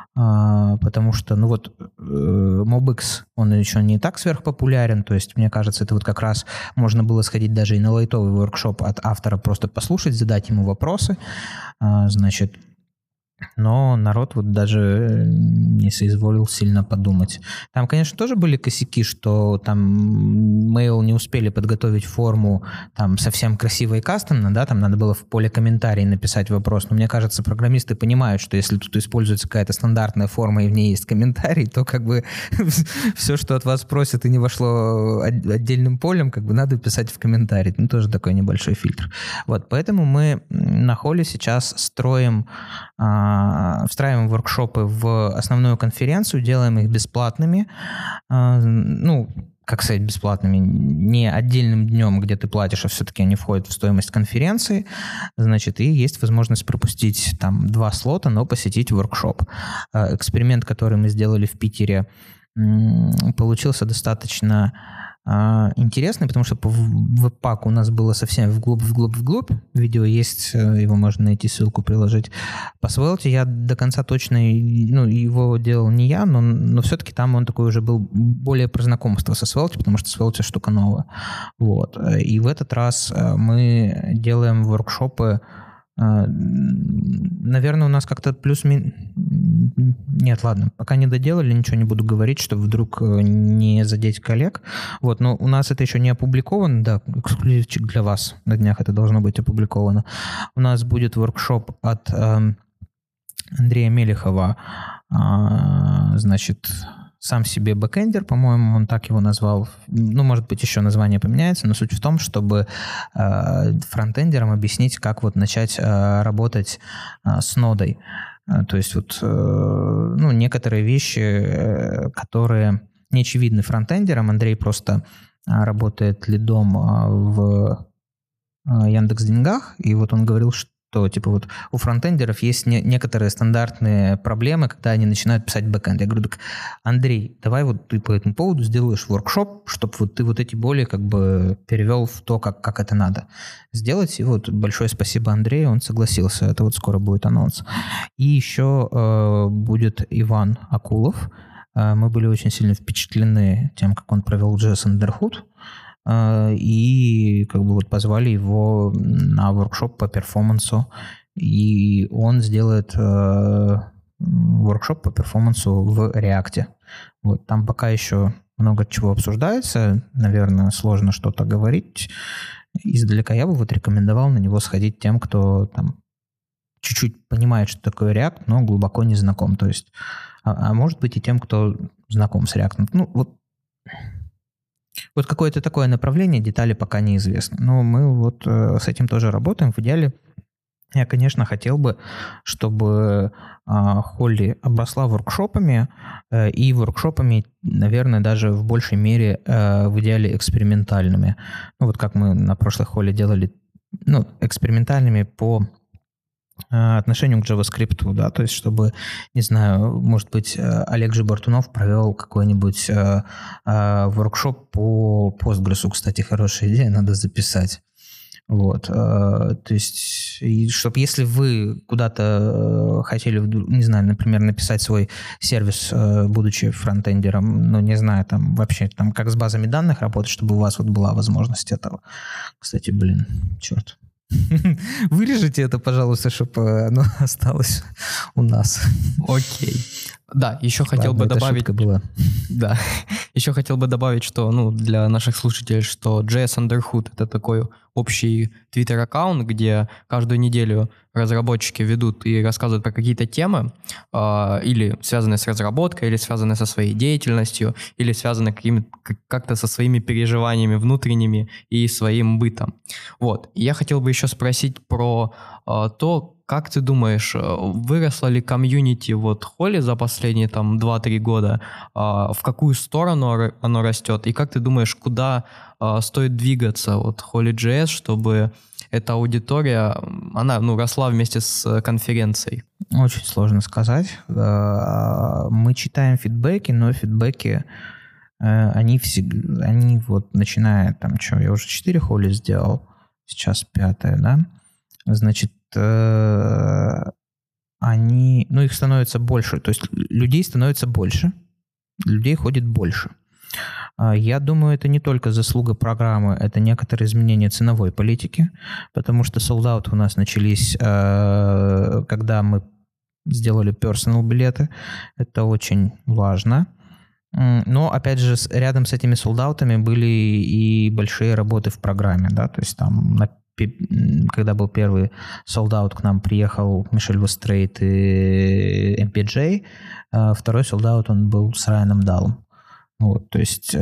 А, потому что, ну вот, э, MobX, он еще не так сверхпопулярен, то есть, мне кажется, это вот как раз можно было сходить даже и на лайтовый воркшоп от автора, просто послушать, задать ему вопросы, а, значит, но народ вот даже не соизволил сильно подумать. Там, конечно, тоже были косяки, что там Mail не успели подготовить форму там совсем красиво и кастомно, да, там надо было в поле комментарий написать вопрос, но мне кажется, программисты понимают, что если тут используется какая-то стандартная форма и в ней есть комментарий, то как бы все, что от вас просят и не вошло отдельным полем, как бы надо писать в комментарий. Ну, тоже такой небольшой фильтр. Вот, поэтому мы на холле сейчас строим встраиваем воркшопы в основную конференцию, делаем их бесплатными, ну, как сказать, бесплатными, не отдельным днем, где ты платишь, а все-таки они входят в стоимость конференции, значит, и есть возможность пропустить там два слота, но посетить воркшоп. Эксперимент, который мы сделали в Питере, получился достаточно интересный, потому что по веб-паку у нас было совсем вглубь, вглубь, вглубь. Видео есть, его можно найти, ссылку приложить. По Svelte я до конца точно, ну, его делал не я, но, но все-таки там он такой уже был более про знакомство со Svelte, потому что Svelte штука новая. Вот. И в этот раз мы делаем воркшопы. Наверное, у нас как-то плюс-минус... Нет, ладно, пока не доделали, ничего не буду говорить, чтобы вдруг не задеть коллег. Вот, но у нас это еще не опубликовано, да, эксклюзивчик для вас, на днях это должно быть опубликовано. У нас будет воркшоп от э, Андрея Мелехова, э, значит... Сам себе бэкэндер, по-моему, он так его назвал. Ну, может быть, еще название поменяется, но суть в том, чтобы э, фронтендерам объяснить, как вот начать э, работать э, с нодой. Э, то есть вот, э, ну, некоторые вещи, э, которые не очевидны фронтендерам. Андрей просто э, работает лидом э, в э, Яндекс.Деньгах, и вот он говорил, что то типа вот у фронтендеров есть не, некоторые стандартные проблемы, когда они начинают писать бэкэнд. Я говорю, так, Андрей, давай вот ты по этому поводу сделаешь воркшоп, чтобы вот ты вот эти боли как бы перевел в то, как, как это надо сделать. И вот большое спасибо Андрею, он согласился. Это вот скоро будет анонс. И еще э, будет Иван Акулов. Э, мы были очень сильно впечатлены тем, как он провел джей эс Underhood. И как бы вот позвали его на воркшоп по перформансу, и он сделает э, воркшоп по перформансу в React. Вот, там пока еще много чего обсуждается, наверное, сложно что-то говорить. Издалека я бы вот рекомендовал на него сходить тем, кто там чуть-чуть понимает, что такое React, но глубоко не знаком. То есть, а, а может быть и тем, кто знаком с React. Ну, вот Вот какое-то такое направление, детали пока неизвестны. Но мы вот э, с этим тоже работаем. В идеале я, конечно, хотел бы, чтобы э, Холли обросла воркшопами, э, и воркшопами, наверное, даже в большей мере э, в идеале экспериментальными. Ну вот как мы на прошлой Холли делали, ну, экспериментальными по отношению к JavaScript, да, то есть чтобы, не знаю, может быть, Олег Жибартунов провел какой-нибудь э, э, воркшоп по Postgres, кстати, хорошая идея, надо записать. Вот, э, то есть, и чтобы если вы куда-то хотели, не знаю, например, написать свой сервис, э, будучи фронтендером, ну, не знаю, там вообще, там, как с базами данных работать, чтобы у вас вот была возможность этого. Кстати, блин, черт. Вырежите это, пожалуйста, чтобы оно осталось у нас. Окей. Да, еще хотел Ладно, бы добавить... была. Да, еще хотел бы добавить, что, ну, для наших слушателей, что джей эс Underhood — это такой общий твиттер-аккаунт, где каждую неделю разработчики ведут и рассказывают про какие-то темы, э, или связанные с разработкой, или связанные со своей деятельностью, или связанные какими- как-то со своими переживаниями внутренними и своим бытом. Вот. И я хотел бы еще спросить про э, то, как ты думаешь, выросло ли комьюнити вот Холли за последние там два-три года, в какую сторону оно растет, и как ты думаешь, куда стоит двигаться вот Холли.js, чтобы эта аудитория, она, ну, росла вместе с конференцией? Очень сложно сказать. Мы читаем фидбэки, но фидбэки, они всегда, они вот начиная там, что, я уже четыре Холли сделал, сейчас пятая, да? Значит, они, ну, их становится больше, то есть людей становится больше, людей ходит больше. Я думаю, это не только заслуга программы, это некоторые изменения ценовой политики, потому что солд-аут у нас начались, когда мы сделали персонал билеты, это очень важно. Но, опять же, рядом с этими солд-аутами были и большие работы в программе, да, то есть там на когда был первый солд-аут, к нам приехал Мишель Вострейт и эм пи джей, а второй солд-аут, он был с Райаном Даллом. Вот, то есть,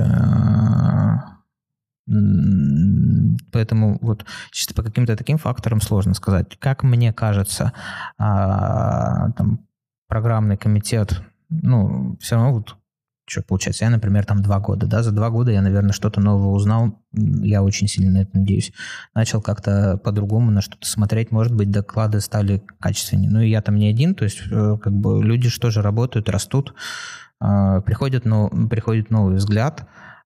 поэтому вот чисто по каким-то таким факторам сложно сказать. Как мне кажется, там, программный комитет, ну, все равно вот что получается? Я, например, там два года, да, за два года я, наверное, что-то новое узнал, я очень сильно на это надеюсь. Начал как-то по-другому на что-то смотреть, может быть, доклады стали качественнее. Ну, и я там не один, то есть, как бы, люди что же работают, растут, приходит, но, приходит новый взгляд,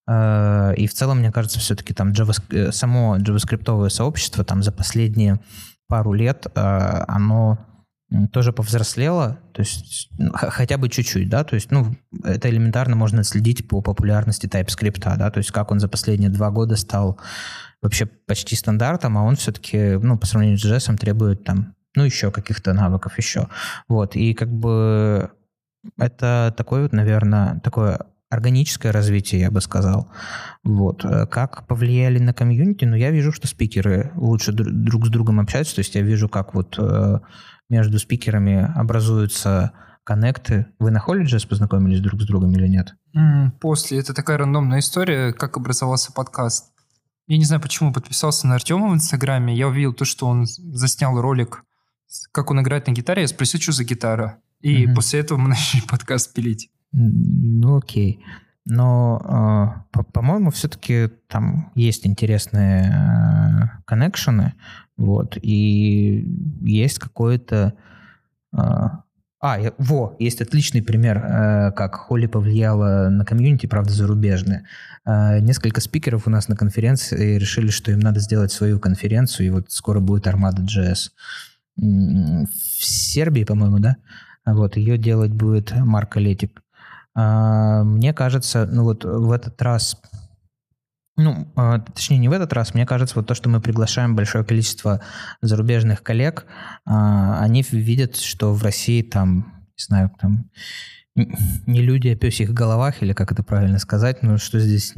И в целом, мне кажется, все-таки там JavaScript, само JavaScript-овое сообщество там за последние пару лет оно тоже повзрослело, то есть хотя бы чуть-чуть, да, то есть, ну, это элементарно можно следить по популярности TypeScript, да, то есть как он за последние два года стал вообще почти стандартом, а он все-таки, ну, по сравнению с джей эс требует там, ну, еще каких-то навыков еще, вот, и как бы это такое вот, наверное, такое органическое развитие, я бы сказал. Вот. Как повлияли на комьюнити? Ну, я вижу, что спикеры лучше друг с другом общаются. То есть я вижу, как вот между спикерами образуются коннекты. Вы на Holy.js познакомились друг с другом или нет? После. Это такая рандомная история, как образовался подкаст. Я не знаю, почему подписался на Артема в Инстаграме. Я увидел то, что он заснял ролик, как он играет на гитаре. Я спросил, что за гитара. И mm-hmm. после этого мы начали подкаст пилить. Ну, окей. Но, э, по- по-моему, все-таки там есть интересные коннекшены, вот, и есть какое-то... Э, а, я, во, есть отличный пример, э, как Холли повлияла на комьюнити, правда, зарубежное. Э, несколько спикеров у нас на конференции решили, что им надо сделать свою конференцию, и вот скоро будет Armada.js. В Сербии, по-моему, да? Вот, ее делать будет Марко Летик. Мне кажется, ну вот в этот раз, ну, точнее не в этот раз, мне кажется, вот то, что мы приглашаем большое количество зарубежных коллег, они видят, что в России там, не знаю, там не люди о пёсьих головах, или как это правильно сказать, но что здесь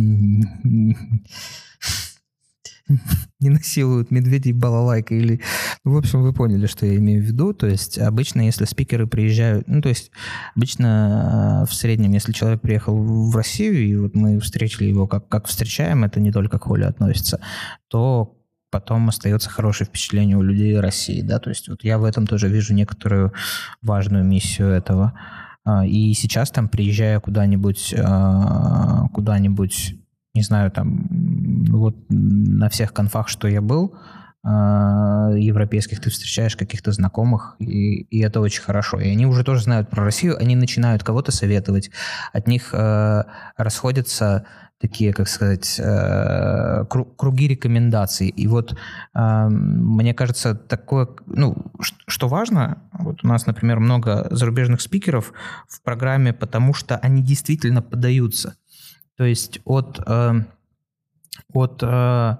не насилуют медведей балалайкой или... Ну, в общем, вы поняли, что я имею в виду. То есть обычно, если спикеры приезжают... Ну, то есть обычно в среднем, если человек приехал в Россию, и вот мы встретили его как, как встречаем, это не только к Холле относится, то потом остается хорошее впечатление у людей России, да, то есть вот я в этом тоже вижу некоторую важную миссию этого. И сейчас там, приезжая куда-нибудь, куда-нибудь, не знаю, там, вот на всех конфах, что я был, европейских, ты встречаешь каких-то знакомых, и, и это очень хорошо. И они уже тоже знают про Россию, они начинают кого-то советовать, от них э, расходятся такие, как сказать, э, круги рекомендаций. И вот э, мне кажется, такое, ну, что важно, вот у нас, например, много зарубежных спикеров в программе, потому что они действительно поддаются. То есть от, э, от э,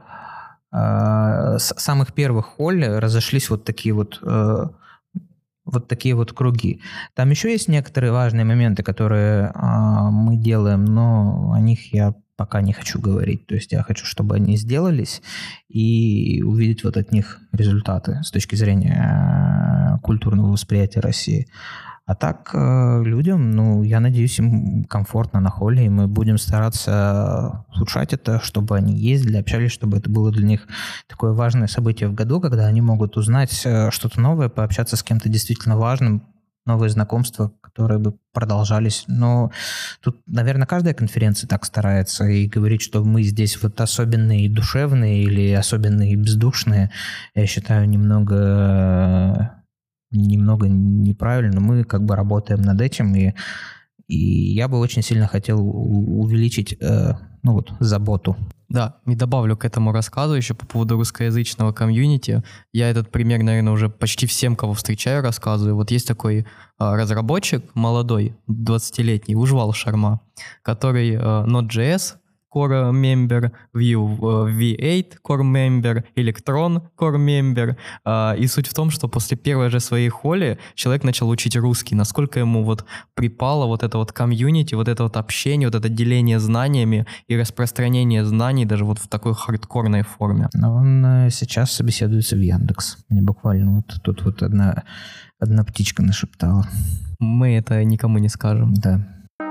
э, с самых первых Холли разошлись вот такие вот, э, вот такие вот круги. Там еще есть некоторые важные моменты, которые э, мы делаем, но о них я пока не хочу говорить. То есть я хочу, чтобы они сделались и увидеть вот от них результаты с точки зрения культурного восприятия России. А так людям, ну, я надеюсь, им комфортно на Холле, и мы будем стараться улучшать это, чтобы они ездили, общались, чтобы это было для них такое важное событие в году, когда они могут узнать что-то новое, пообщаться с кем-то действительно важным, новые знакомства, которые бы продолжались. Но тут, наверное, каждая конференция так старается, и говорить, что мы здесь вот особенные и душевные или особенные и бездушные, я считаю, немного... немного неправильно. Мы как бы работаем над этим, и, и я бы очень сильно хотел увеличить э, ну вот, заботу. Да, и добавлю к этому рассказу еще по поводу русскоязычного комьюнити. Я этот пример, наверное, уже почти всем, кого встречаю, рассказываю. Вот есть такой э, разработчик молодой, двадцатилетний, Ужвал Шарма, который э, Node.js Core Member, Vue ви восемь Core Member, Electron Core Member. И суть в том, что после первой же своей холли человек начал учить русский, насколько ему вот припало вот это вот комьюнити, вот это вот общение, вот это деление знаниями и распространение знаний даже вот в такой хардкорной форме. Но он сейчас собеседуется в Яндекс. Мне буквально вот тут вот одна, одна птичка нашептала. Мы это никому не скажем. Да.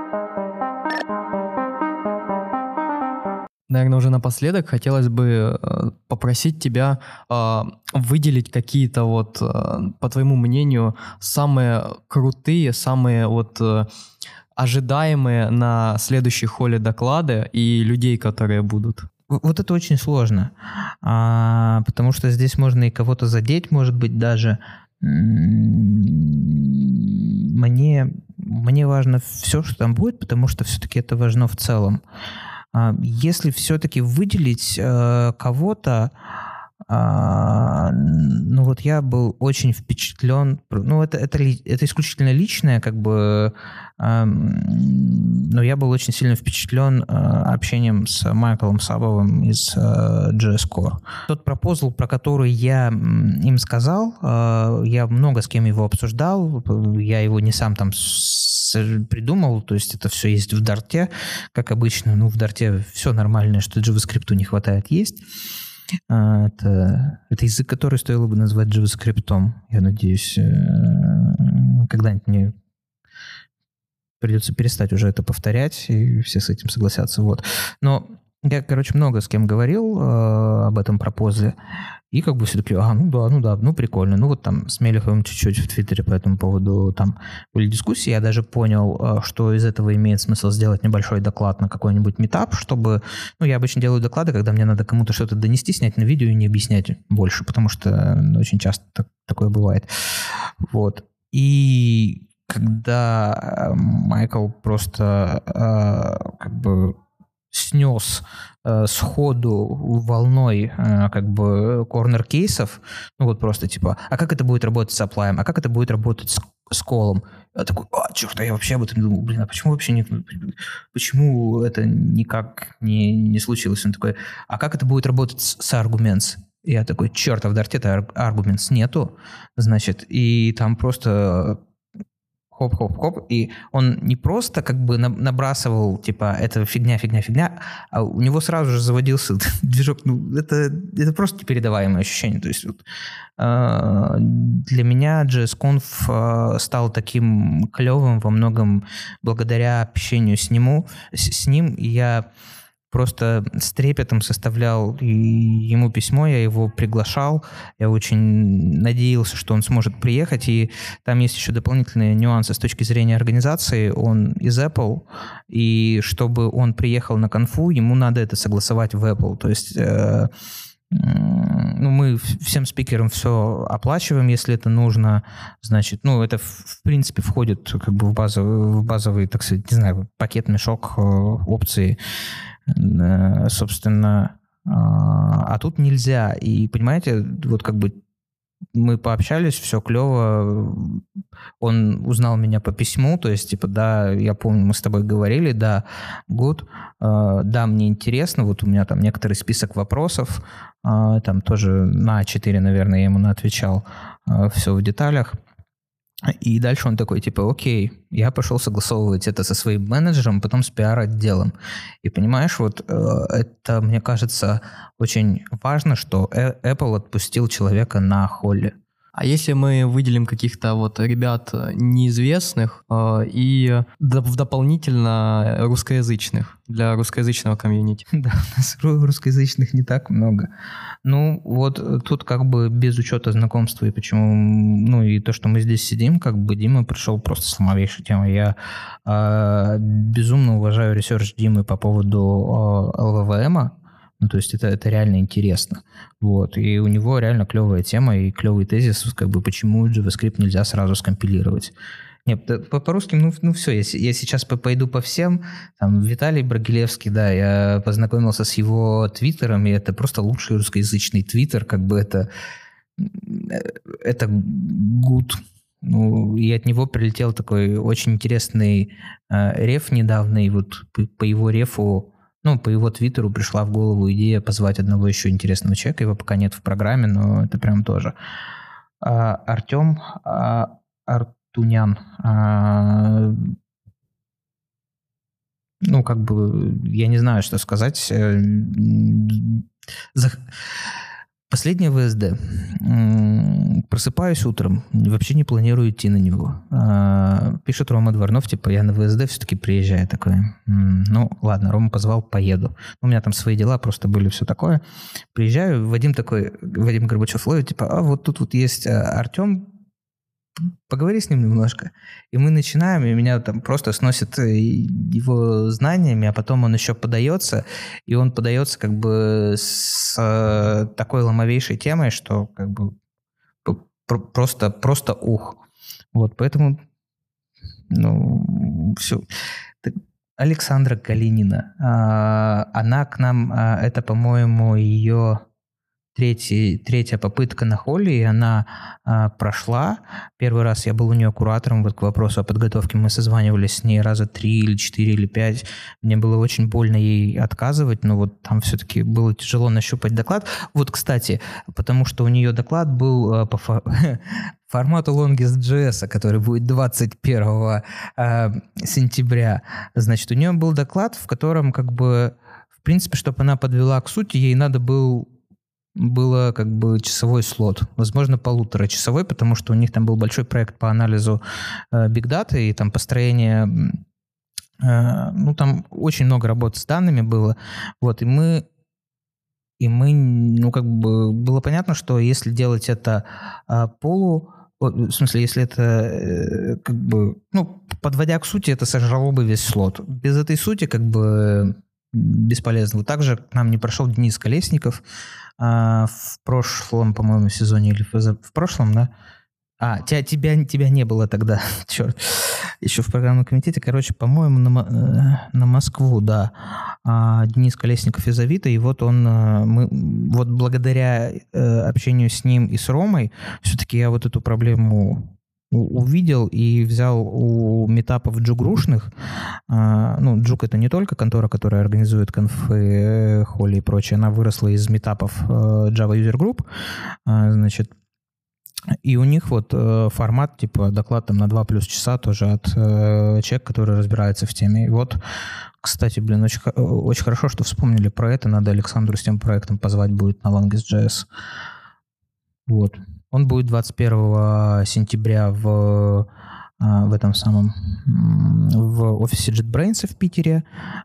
Наверное, уже напоследок хотелось бы э, попросить тебя э, выделить какие-то вот, э, по твоему мнению, самые крутые, самые вот э, ожидаемые на следующей холле доклады и людей, которые будут. Вот это очень сложно, а, потому что здесь можно и кого-то задеть, может быть, даже. Мне, мне важно все, что там будет, потому что все-таки это важно в целом. Если все-таки выделить э, кого-то, А, ну вот я был очень впечатлен, ну это, это, это исключительно личное, как бы, а, но я был очень сильно впечатлен а, общением с Майклом Сабовым из а, джей эс Core. Тот пропозал, про который я им сказал, а, я много с кем его обсуждал, я его не сам там придумал, то есть это все есть в Дарте, как обычно, ну в Дарте все нормальное, что JavaScript не хватает, есть. Это, это язык, который стоило бы назвать JavaScript. Я надеюсь, когда-нибудь мне придется перестать уже это повторять, и все с этим согласятся. Вот. Но я, короче, много с кем говорил э, об этом пропозе, и как бы все таки, а, ну да, ну да, ну прикольно. Ну вот там с Мелеховым чуть-чуть в Твиттере по этому поводу там были дискуссии, я даже понял, что из этого имеет смысл сделать небольшой доклад на какой-нибудь митап, чтобы, ну я обычно делаю доклады, когда мне надо кому-то что-то донести, снять на видео и не объяснять больше, потому что ну, очень часто так, такое бывает. Вот. И когда Майкл просто э, как бы снес э, сходу волной э, как бы корнер-кейсов, ну вот просто типа, а как это будет работать с Apply, а как это будет работать с, с колом? Я такой, а, черт, а я вообще об этом думал, блин, а почему вообще не, почему это никак не, не случилось? Он такой, а как это будет работать с, с Arguments? Я такой, черт, а в Dart-то Arguments нету, значит, и там просто... хоп-хоп-хоп, и он не просто как бы набрасывал, типа, это фигня, фигня, фигня, а у него сразу же заводился движок. Ну, это, это просто непередаваемое ощущение. То есть вот, э, для меня джей эс конф э, стал таким клевым во многом благодаря общению с, нему, с, с ним. И я просто с трепетом составлял ему письмо, я его приглашал, я очень надеялся, что он сможет приехать, и там есть еще дополнительные нюансы с точки зрения организации. Он из Apple, и чтобы он приехал на конфу, ему надо это согласовать в Apple, то есть... Э, ну, мы всем спикерам все оплачиваем, если это нужно, значит, ну, это в принципе входит как бы в базовый, в базовый, так сказать, не знаю, пакет, мешок, опции, собственно, а тут нельзя, и, понимаете, вот как бы мы пообщались, все клево, он узнал меня по письму, то есть, типа, да, я помню, мы с тобой говорили, да, good, э, да, мне интересно, вот у меня там некоторый список вопросов, э, там тоже на а четыре, наверное, я ему наотвечал, э, все в деталях. И дальше он такой, типа, окей, я пошел согласовывать это со своим менеджером, потом с пиар-отделом. И понимаешь, вот э, это, мне кажется, очень важно, что Apple отпустил человека на холле. А если мы выделим каких-то вот ребят неизвестных э, и доп- дополнительно русскоязычных для русскоязычного комьюнити? Да, у нас русскоязычных не так много. Ну, вот тут как бы без учета знакомства и почему, ну и то, что мы здесь сидим, как бы Дима пришел просто с ломовейшей темой. Я э, безумно уважаю ресерч Димы по поводу э, эл ви ви эм. Ну, то есть это, это реально интересно. Вот. И у него реально клевая тема и клевый тезис, как бы, почему JavaScript нельзя сразу скомпилировать. Нет, по- по-русски, ну, ну все, я, я сейчас пойду по всем. Там Виталий Брагилевский, да, я познакомился с его твиттером, и это просто лучший русскоязычный твиттер, как бы это, это good. Ну, и от него прилетел такой очень интересный э, реф недавно, и вот по, по его рефу, ну, по его твиттеру пришла в голову идея позвать одного еще интересного человека. Его пока нет в программе, но это прям тоже. А, Артем а, Артунян. А, ну, как бы, я не знаю, что сказать. За... Последнее вэ эс дэ. Просыпаюсь утром, вообще не планирую идти на него. Пишет Рома Дворнов, типа, я на вэ эс дэ все-таки приезжаю. Такой, ну, ладно, Рома позвал, поеду. У меня там свои дела просто были, все такое. Приезжаю, Вадим такой, Вадим Горбачев ловит, типа, а вот тут вот есть Артем, поговори с ним немножко. И мы начинаем, и меня там просто сносит его знаниями, а потом он еще подается, и он подается как бы с такой ломовейшей темой, что как бы просто, просто ух. Вот, поэтому, ну, все. Александра Калинина. А, она к нам, а, это, по-моему, ее третий, третья попытка на холле, и она а, прошла. Первый раз я был у нее куратором, вот к вопросу о подготовке. Мы созванивались с ней раза три или четыре или пять. Мне было очень больно ей отказывать, но вот там все-таки было тяжело нащупать доклад. Вот, кстати, потому что у нее доклад был а, по фо- формату Longest.js, который будет двадцать первого а, сентября. Значит, у нее был доклад, в котором, как бы, в принципе, чтобы она подвела к сути, ей надо был было как бы часовой слот, возможно, полуторачасовой, потому что у них там был большой проект по анализу э, Big Data и там построение, э, ну там очень много работы с данными было, вот, и мы, и мы, ну как бы было понятно, что если делать это э, полу, в смысле, если это э, как бы, ну, подводя к сути, это сожрало бы весь слот. Без этой сути как бы бесполезно. Вот также к нам не прошел Денис Колесников, а, в прошлом, по-моему, сезоне или в, в прошлом, да? А, тебя, тебя, тебя не было тогда, черт, еще в программном комитете. Короче, по-моему, на, на Москву, да. А, Денис Колесников из Авито, и вот он, мы, вот благодаря э, общению с ним и с Ромой, все-таки я вот эту проблему увидел и взял у митапов джугрушных. А, ну, Джук — это не только контора, которая организует конфы, холли и прочее. Она выросла из митапов Java User Group. А, значит, и у них вот э, формат, типа доклад там на два плюс часа тоже от э, человека, который разбирается в теме. И вот, кстати, блин, очень, очень хорошо, что вспомнили про это. Надо Александру с тем проектом позвать будет на Longest.js. Вот. Он будет двадцать первого сентября в, в этом самом в офисе JetBrains в Питере.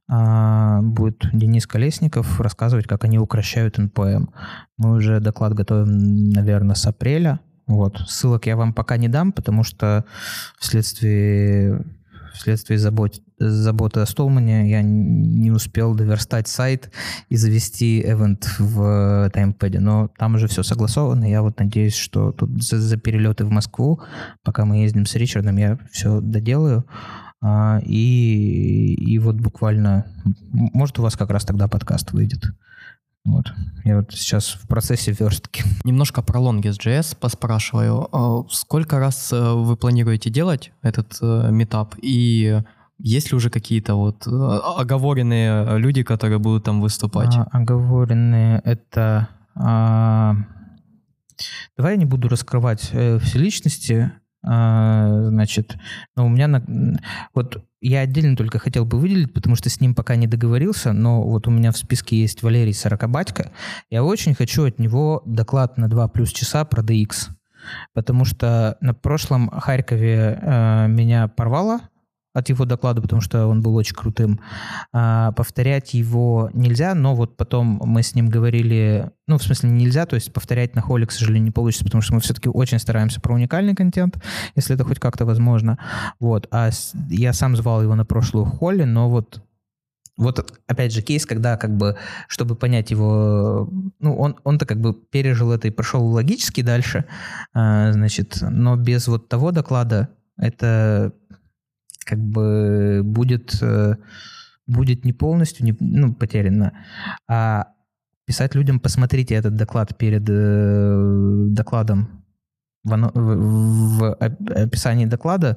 Будет Денис Колесников рассказывать, как они укращают эн пи эм. Мы уже доклад готовим, наверное, с апреля. Вот. Ссылок я вам пока не дам, потому что вследствие, вследствие забот, заботы о Столмане я не успел доверстать сайт и завести эвент в таймпэде. Но там уже все согласовано. Я вот надеюсь, что тут за, за перелеты в Москву, пока мы ездим с Ричардом, я все доделаю. А, и, и вот буквально... Может, у вас как раз тогда подкаст выйдет. Вот. Я вот сейчас в процессе верстки. Немножко про Longest.js поспрашиваю. Сколько раз вы планируете делать этот митап? И есть ли уже какие-то вот оговоренные люди, которые будут там выступать? А, оговоренные — это... А... Давай я не буду раскрывать э, все личности. А, значит, но у меня... На... Вот я отдельно только хотел бы выделить, потому что с ним пока не договорился, но вот у меня в списке есть Валерий Сорокобатько. Я очень хочу от него доклад на два плюс часа про ди икс, потому что на прошлом Харькове э, меня порвало от его доклада, потому что он был очень крутым. А, повторять его нельзя, но вот потом мы с ним говорили, ну, в смысле, нельзя, то есть повторять на холле, к сожалению, не получится, потому что мы все-таки очень стараемся про уникальный контент, если это хоть как-то возможно. Вот. А с, я сам звал его на прошлую холле, но вот Вот опять же кейс, когда как бы, чтобы понять его, ну, он, он-то как бы пережил это и прошел логически дальше, а, значит, но без вот того доклада это как бы будет, будет не полностью, не, ну, потеряно. А писать людям: посмотрите этот доклад перед э, докладом в, в, в описании доклада.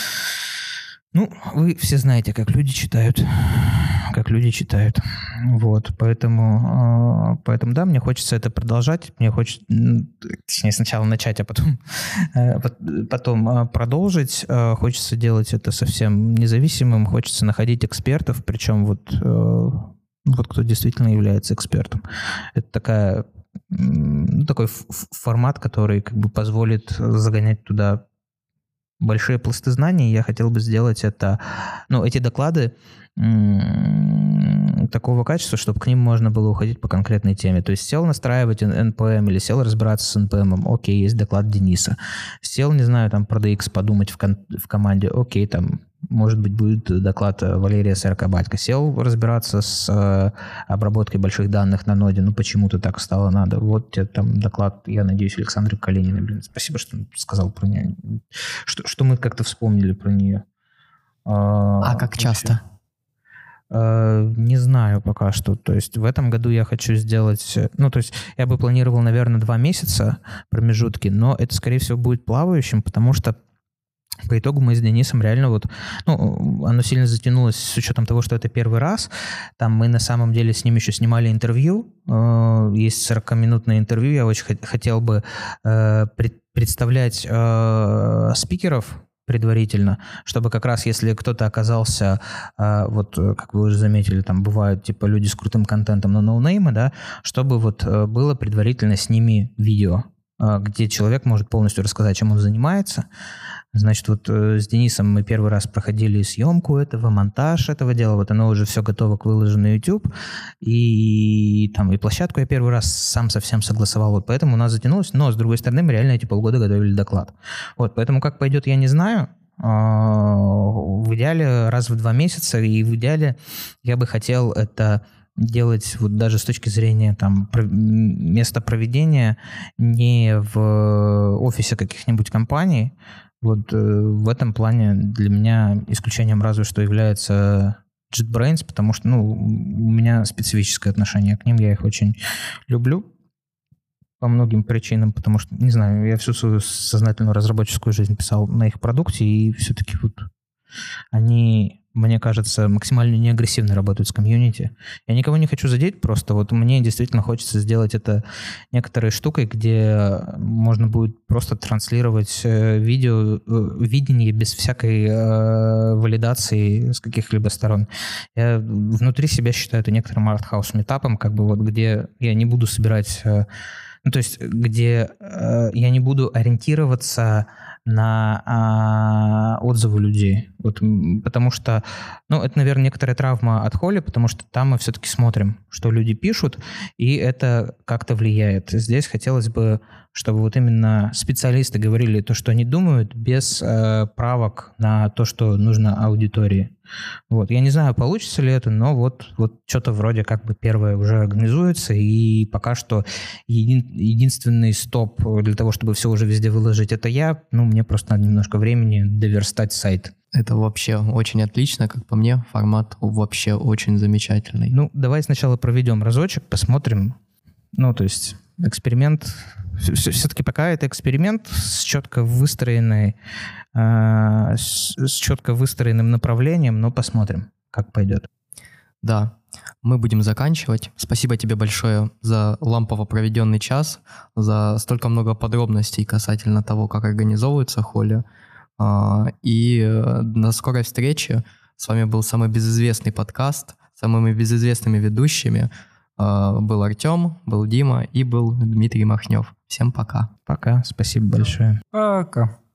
Ну, вы все знаете, как люди читают, как люди читают. Вот, поэтому, поэтому, да, мне хочется это продолжать. Мне хочется, точнее, сначала начать, а потом, потом продолжить. Хочется делать это совсем независимым. Хочется находить экспертов, причем вот, вот кто действительно является экспертом. Это такая, такой формат, который как бы позволит загонять туда большие пласты знаний. Я хотел бы сделать это, ну, эти доклады м- такого качества, чтобы к ним можно было уходить по конкретной теме. То есть сел настраивать эн пи эм или сел разбираться с эн пи эм, окей, есть доклад Дениса. Сел, не знаю, там про ди икс подумать в, кон- в команде, окей, там, может быть, будет доклад Валерия Сорокобатько. Сел разбираться с э, обработкой больших данных на ноде, ну, почему-то так стало надо. Вот тебе там доклад, я надеюсь, Александры Калининой. Блин, спасибо, что сказал про нее. Что, что мы как-то вспомнили про нее. А, а как часто? Э, не знаю пока что. То есть в этом году я хочу сделать... Ну, то есть я бы планировал, наверное, два месяца промежутки, но это, скорее всего, будет плавающим, потому что по итогу мы с Денисом реально вот... Ну, оно сильно затянулось с учетом того, что это первый раз. Там мы на самом деле с ним еще снимали интервью. Э, есть сорокаминутное интервью. Я очень хотел бы э, пред, представлять э, спикеров предварительно, чтобы как раз, если кто-то оказался, э, вот, как вы уже заметили, там бывают, типа, люди с крутым контентом, но ноунеймы, да, чтобы вот э, было предварительно с ними видео, э, где человек может полностью рассказать, чем он занимается. Значит, вот э, с Денисом мы первый раз проходили съемку этого, монтаж этого дела, вот оно уже все готово к выложению на YouTube, и, и там и площадку я первый раз сам совсем согласовал, вот поэтому у нас затянулось, но, с другой стороны, мы реально эти полгода готовили доклад. Вот, поэтому как пойдет, я не знаю. В идеале раз в два месяца, и в идеале я бы хотел это делать вот даже с точки зрения там места проведения не в офисе каких-нибудь компаний. Вот э, в этом плане для меня исключением разве что является JetBrains, потому что, ну, у меня специфическое отношение к ним, я их очень люблю по многим причинам, потому что, не знаю, я всю свою сознательную разработческую жизнь писал на их продукте, и все-таки вот они, мне кажется, максимально неагрессивно работают с комьюнити. Я никого не хочу задеть, просто вот мне действительно хочется сделать это некоторой штукой, где можно будет просто транслировать видео, видение без всякой э, валидации с каких-либо сторон. Я внутри себя считаю это некоторым артхаус-метапом, как бы вот где я не буду собирать... Э, ну, то есть где э, я не буду ориентироваться на а, отзывы людей. Вот, потому что, ну, это, наверное, некоторая травма от Холли, потому что там мы все-таки смотрим, что люди пишут, и это как-то влияет. Здесь хотелось бы, чтобы вот именно специалисты говорили то, что они думают, без э, правок на то, что нужно аудитории. Вот. Я не знаю, получится ли это, но вот, вот что-то вроде как бы первое уже организуется, и пока что един, единственный стоп для того, чтобы все уже везде выложить, это я. Ну, мне просто надо немножко времени доверстать сайт. Это вообще очень отлично, как по мне, формат вообще очень замечательный. Ну, давай сначала проведем разочек, посмотрим. Ну, то есть эксперимент... Все-таки пока это эксперимент с четко выстроенной, э, с, с четко выстроенным направлением, но посмотрим, как пойдет. Да, мы будем заканчивать. Спасибо тебе большое за лампово проведенный час, за столько много подробностей касательно того, как организовывается Холли. И до скорой встречи. С вами был самый безызвестный подкаст, самыми безызвестными ведущими. Был Артем, был Дима и был Дмитрий Махнев. Всем пока. Пока, спасибо большое. Пока.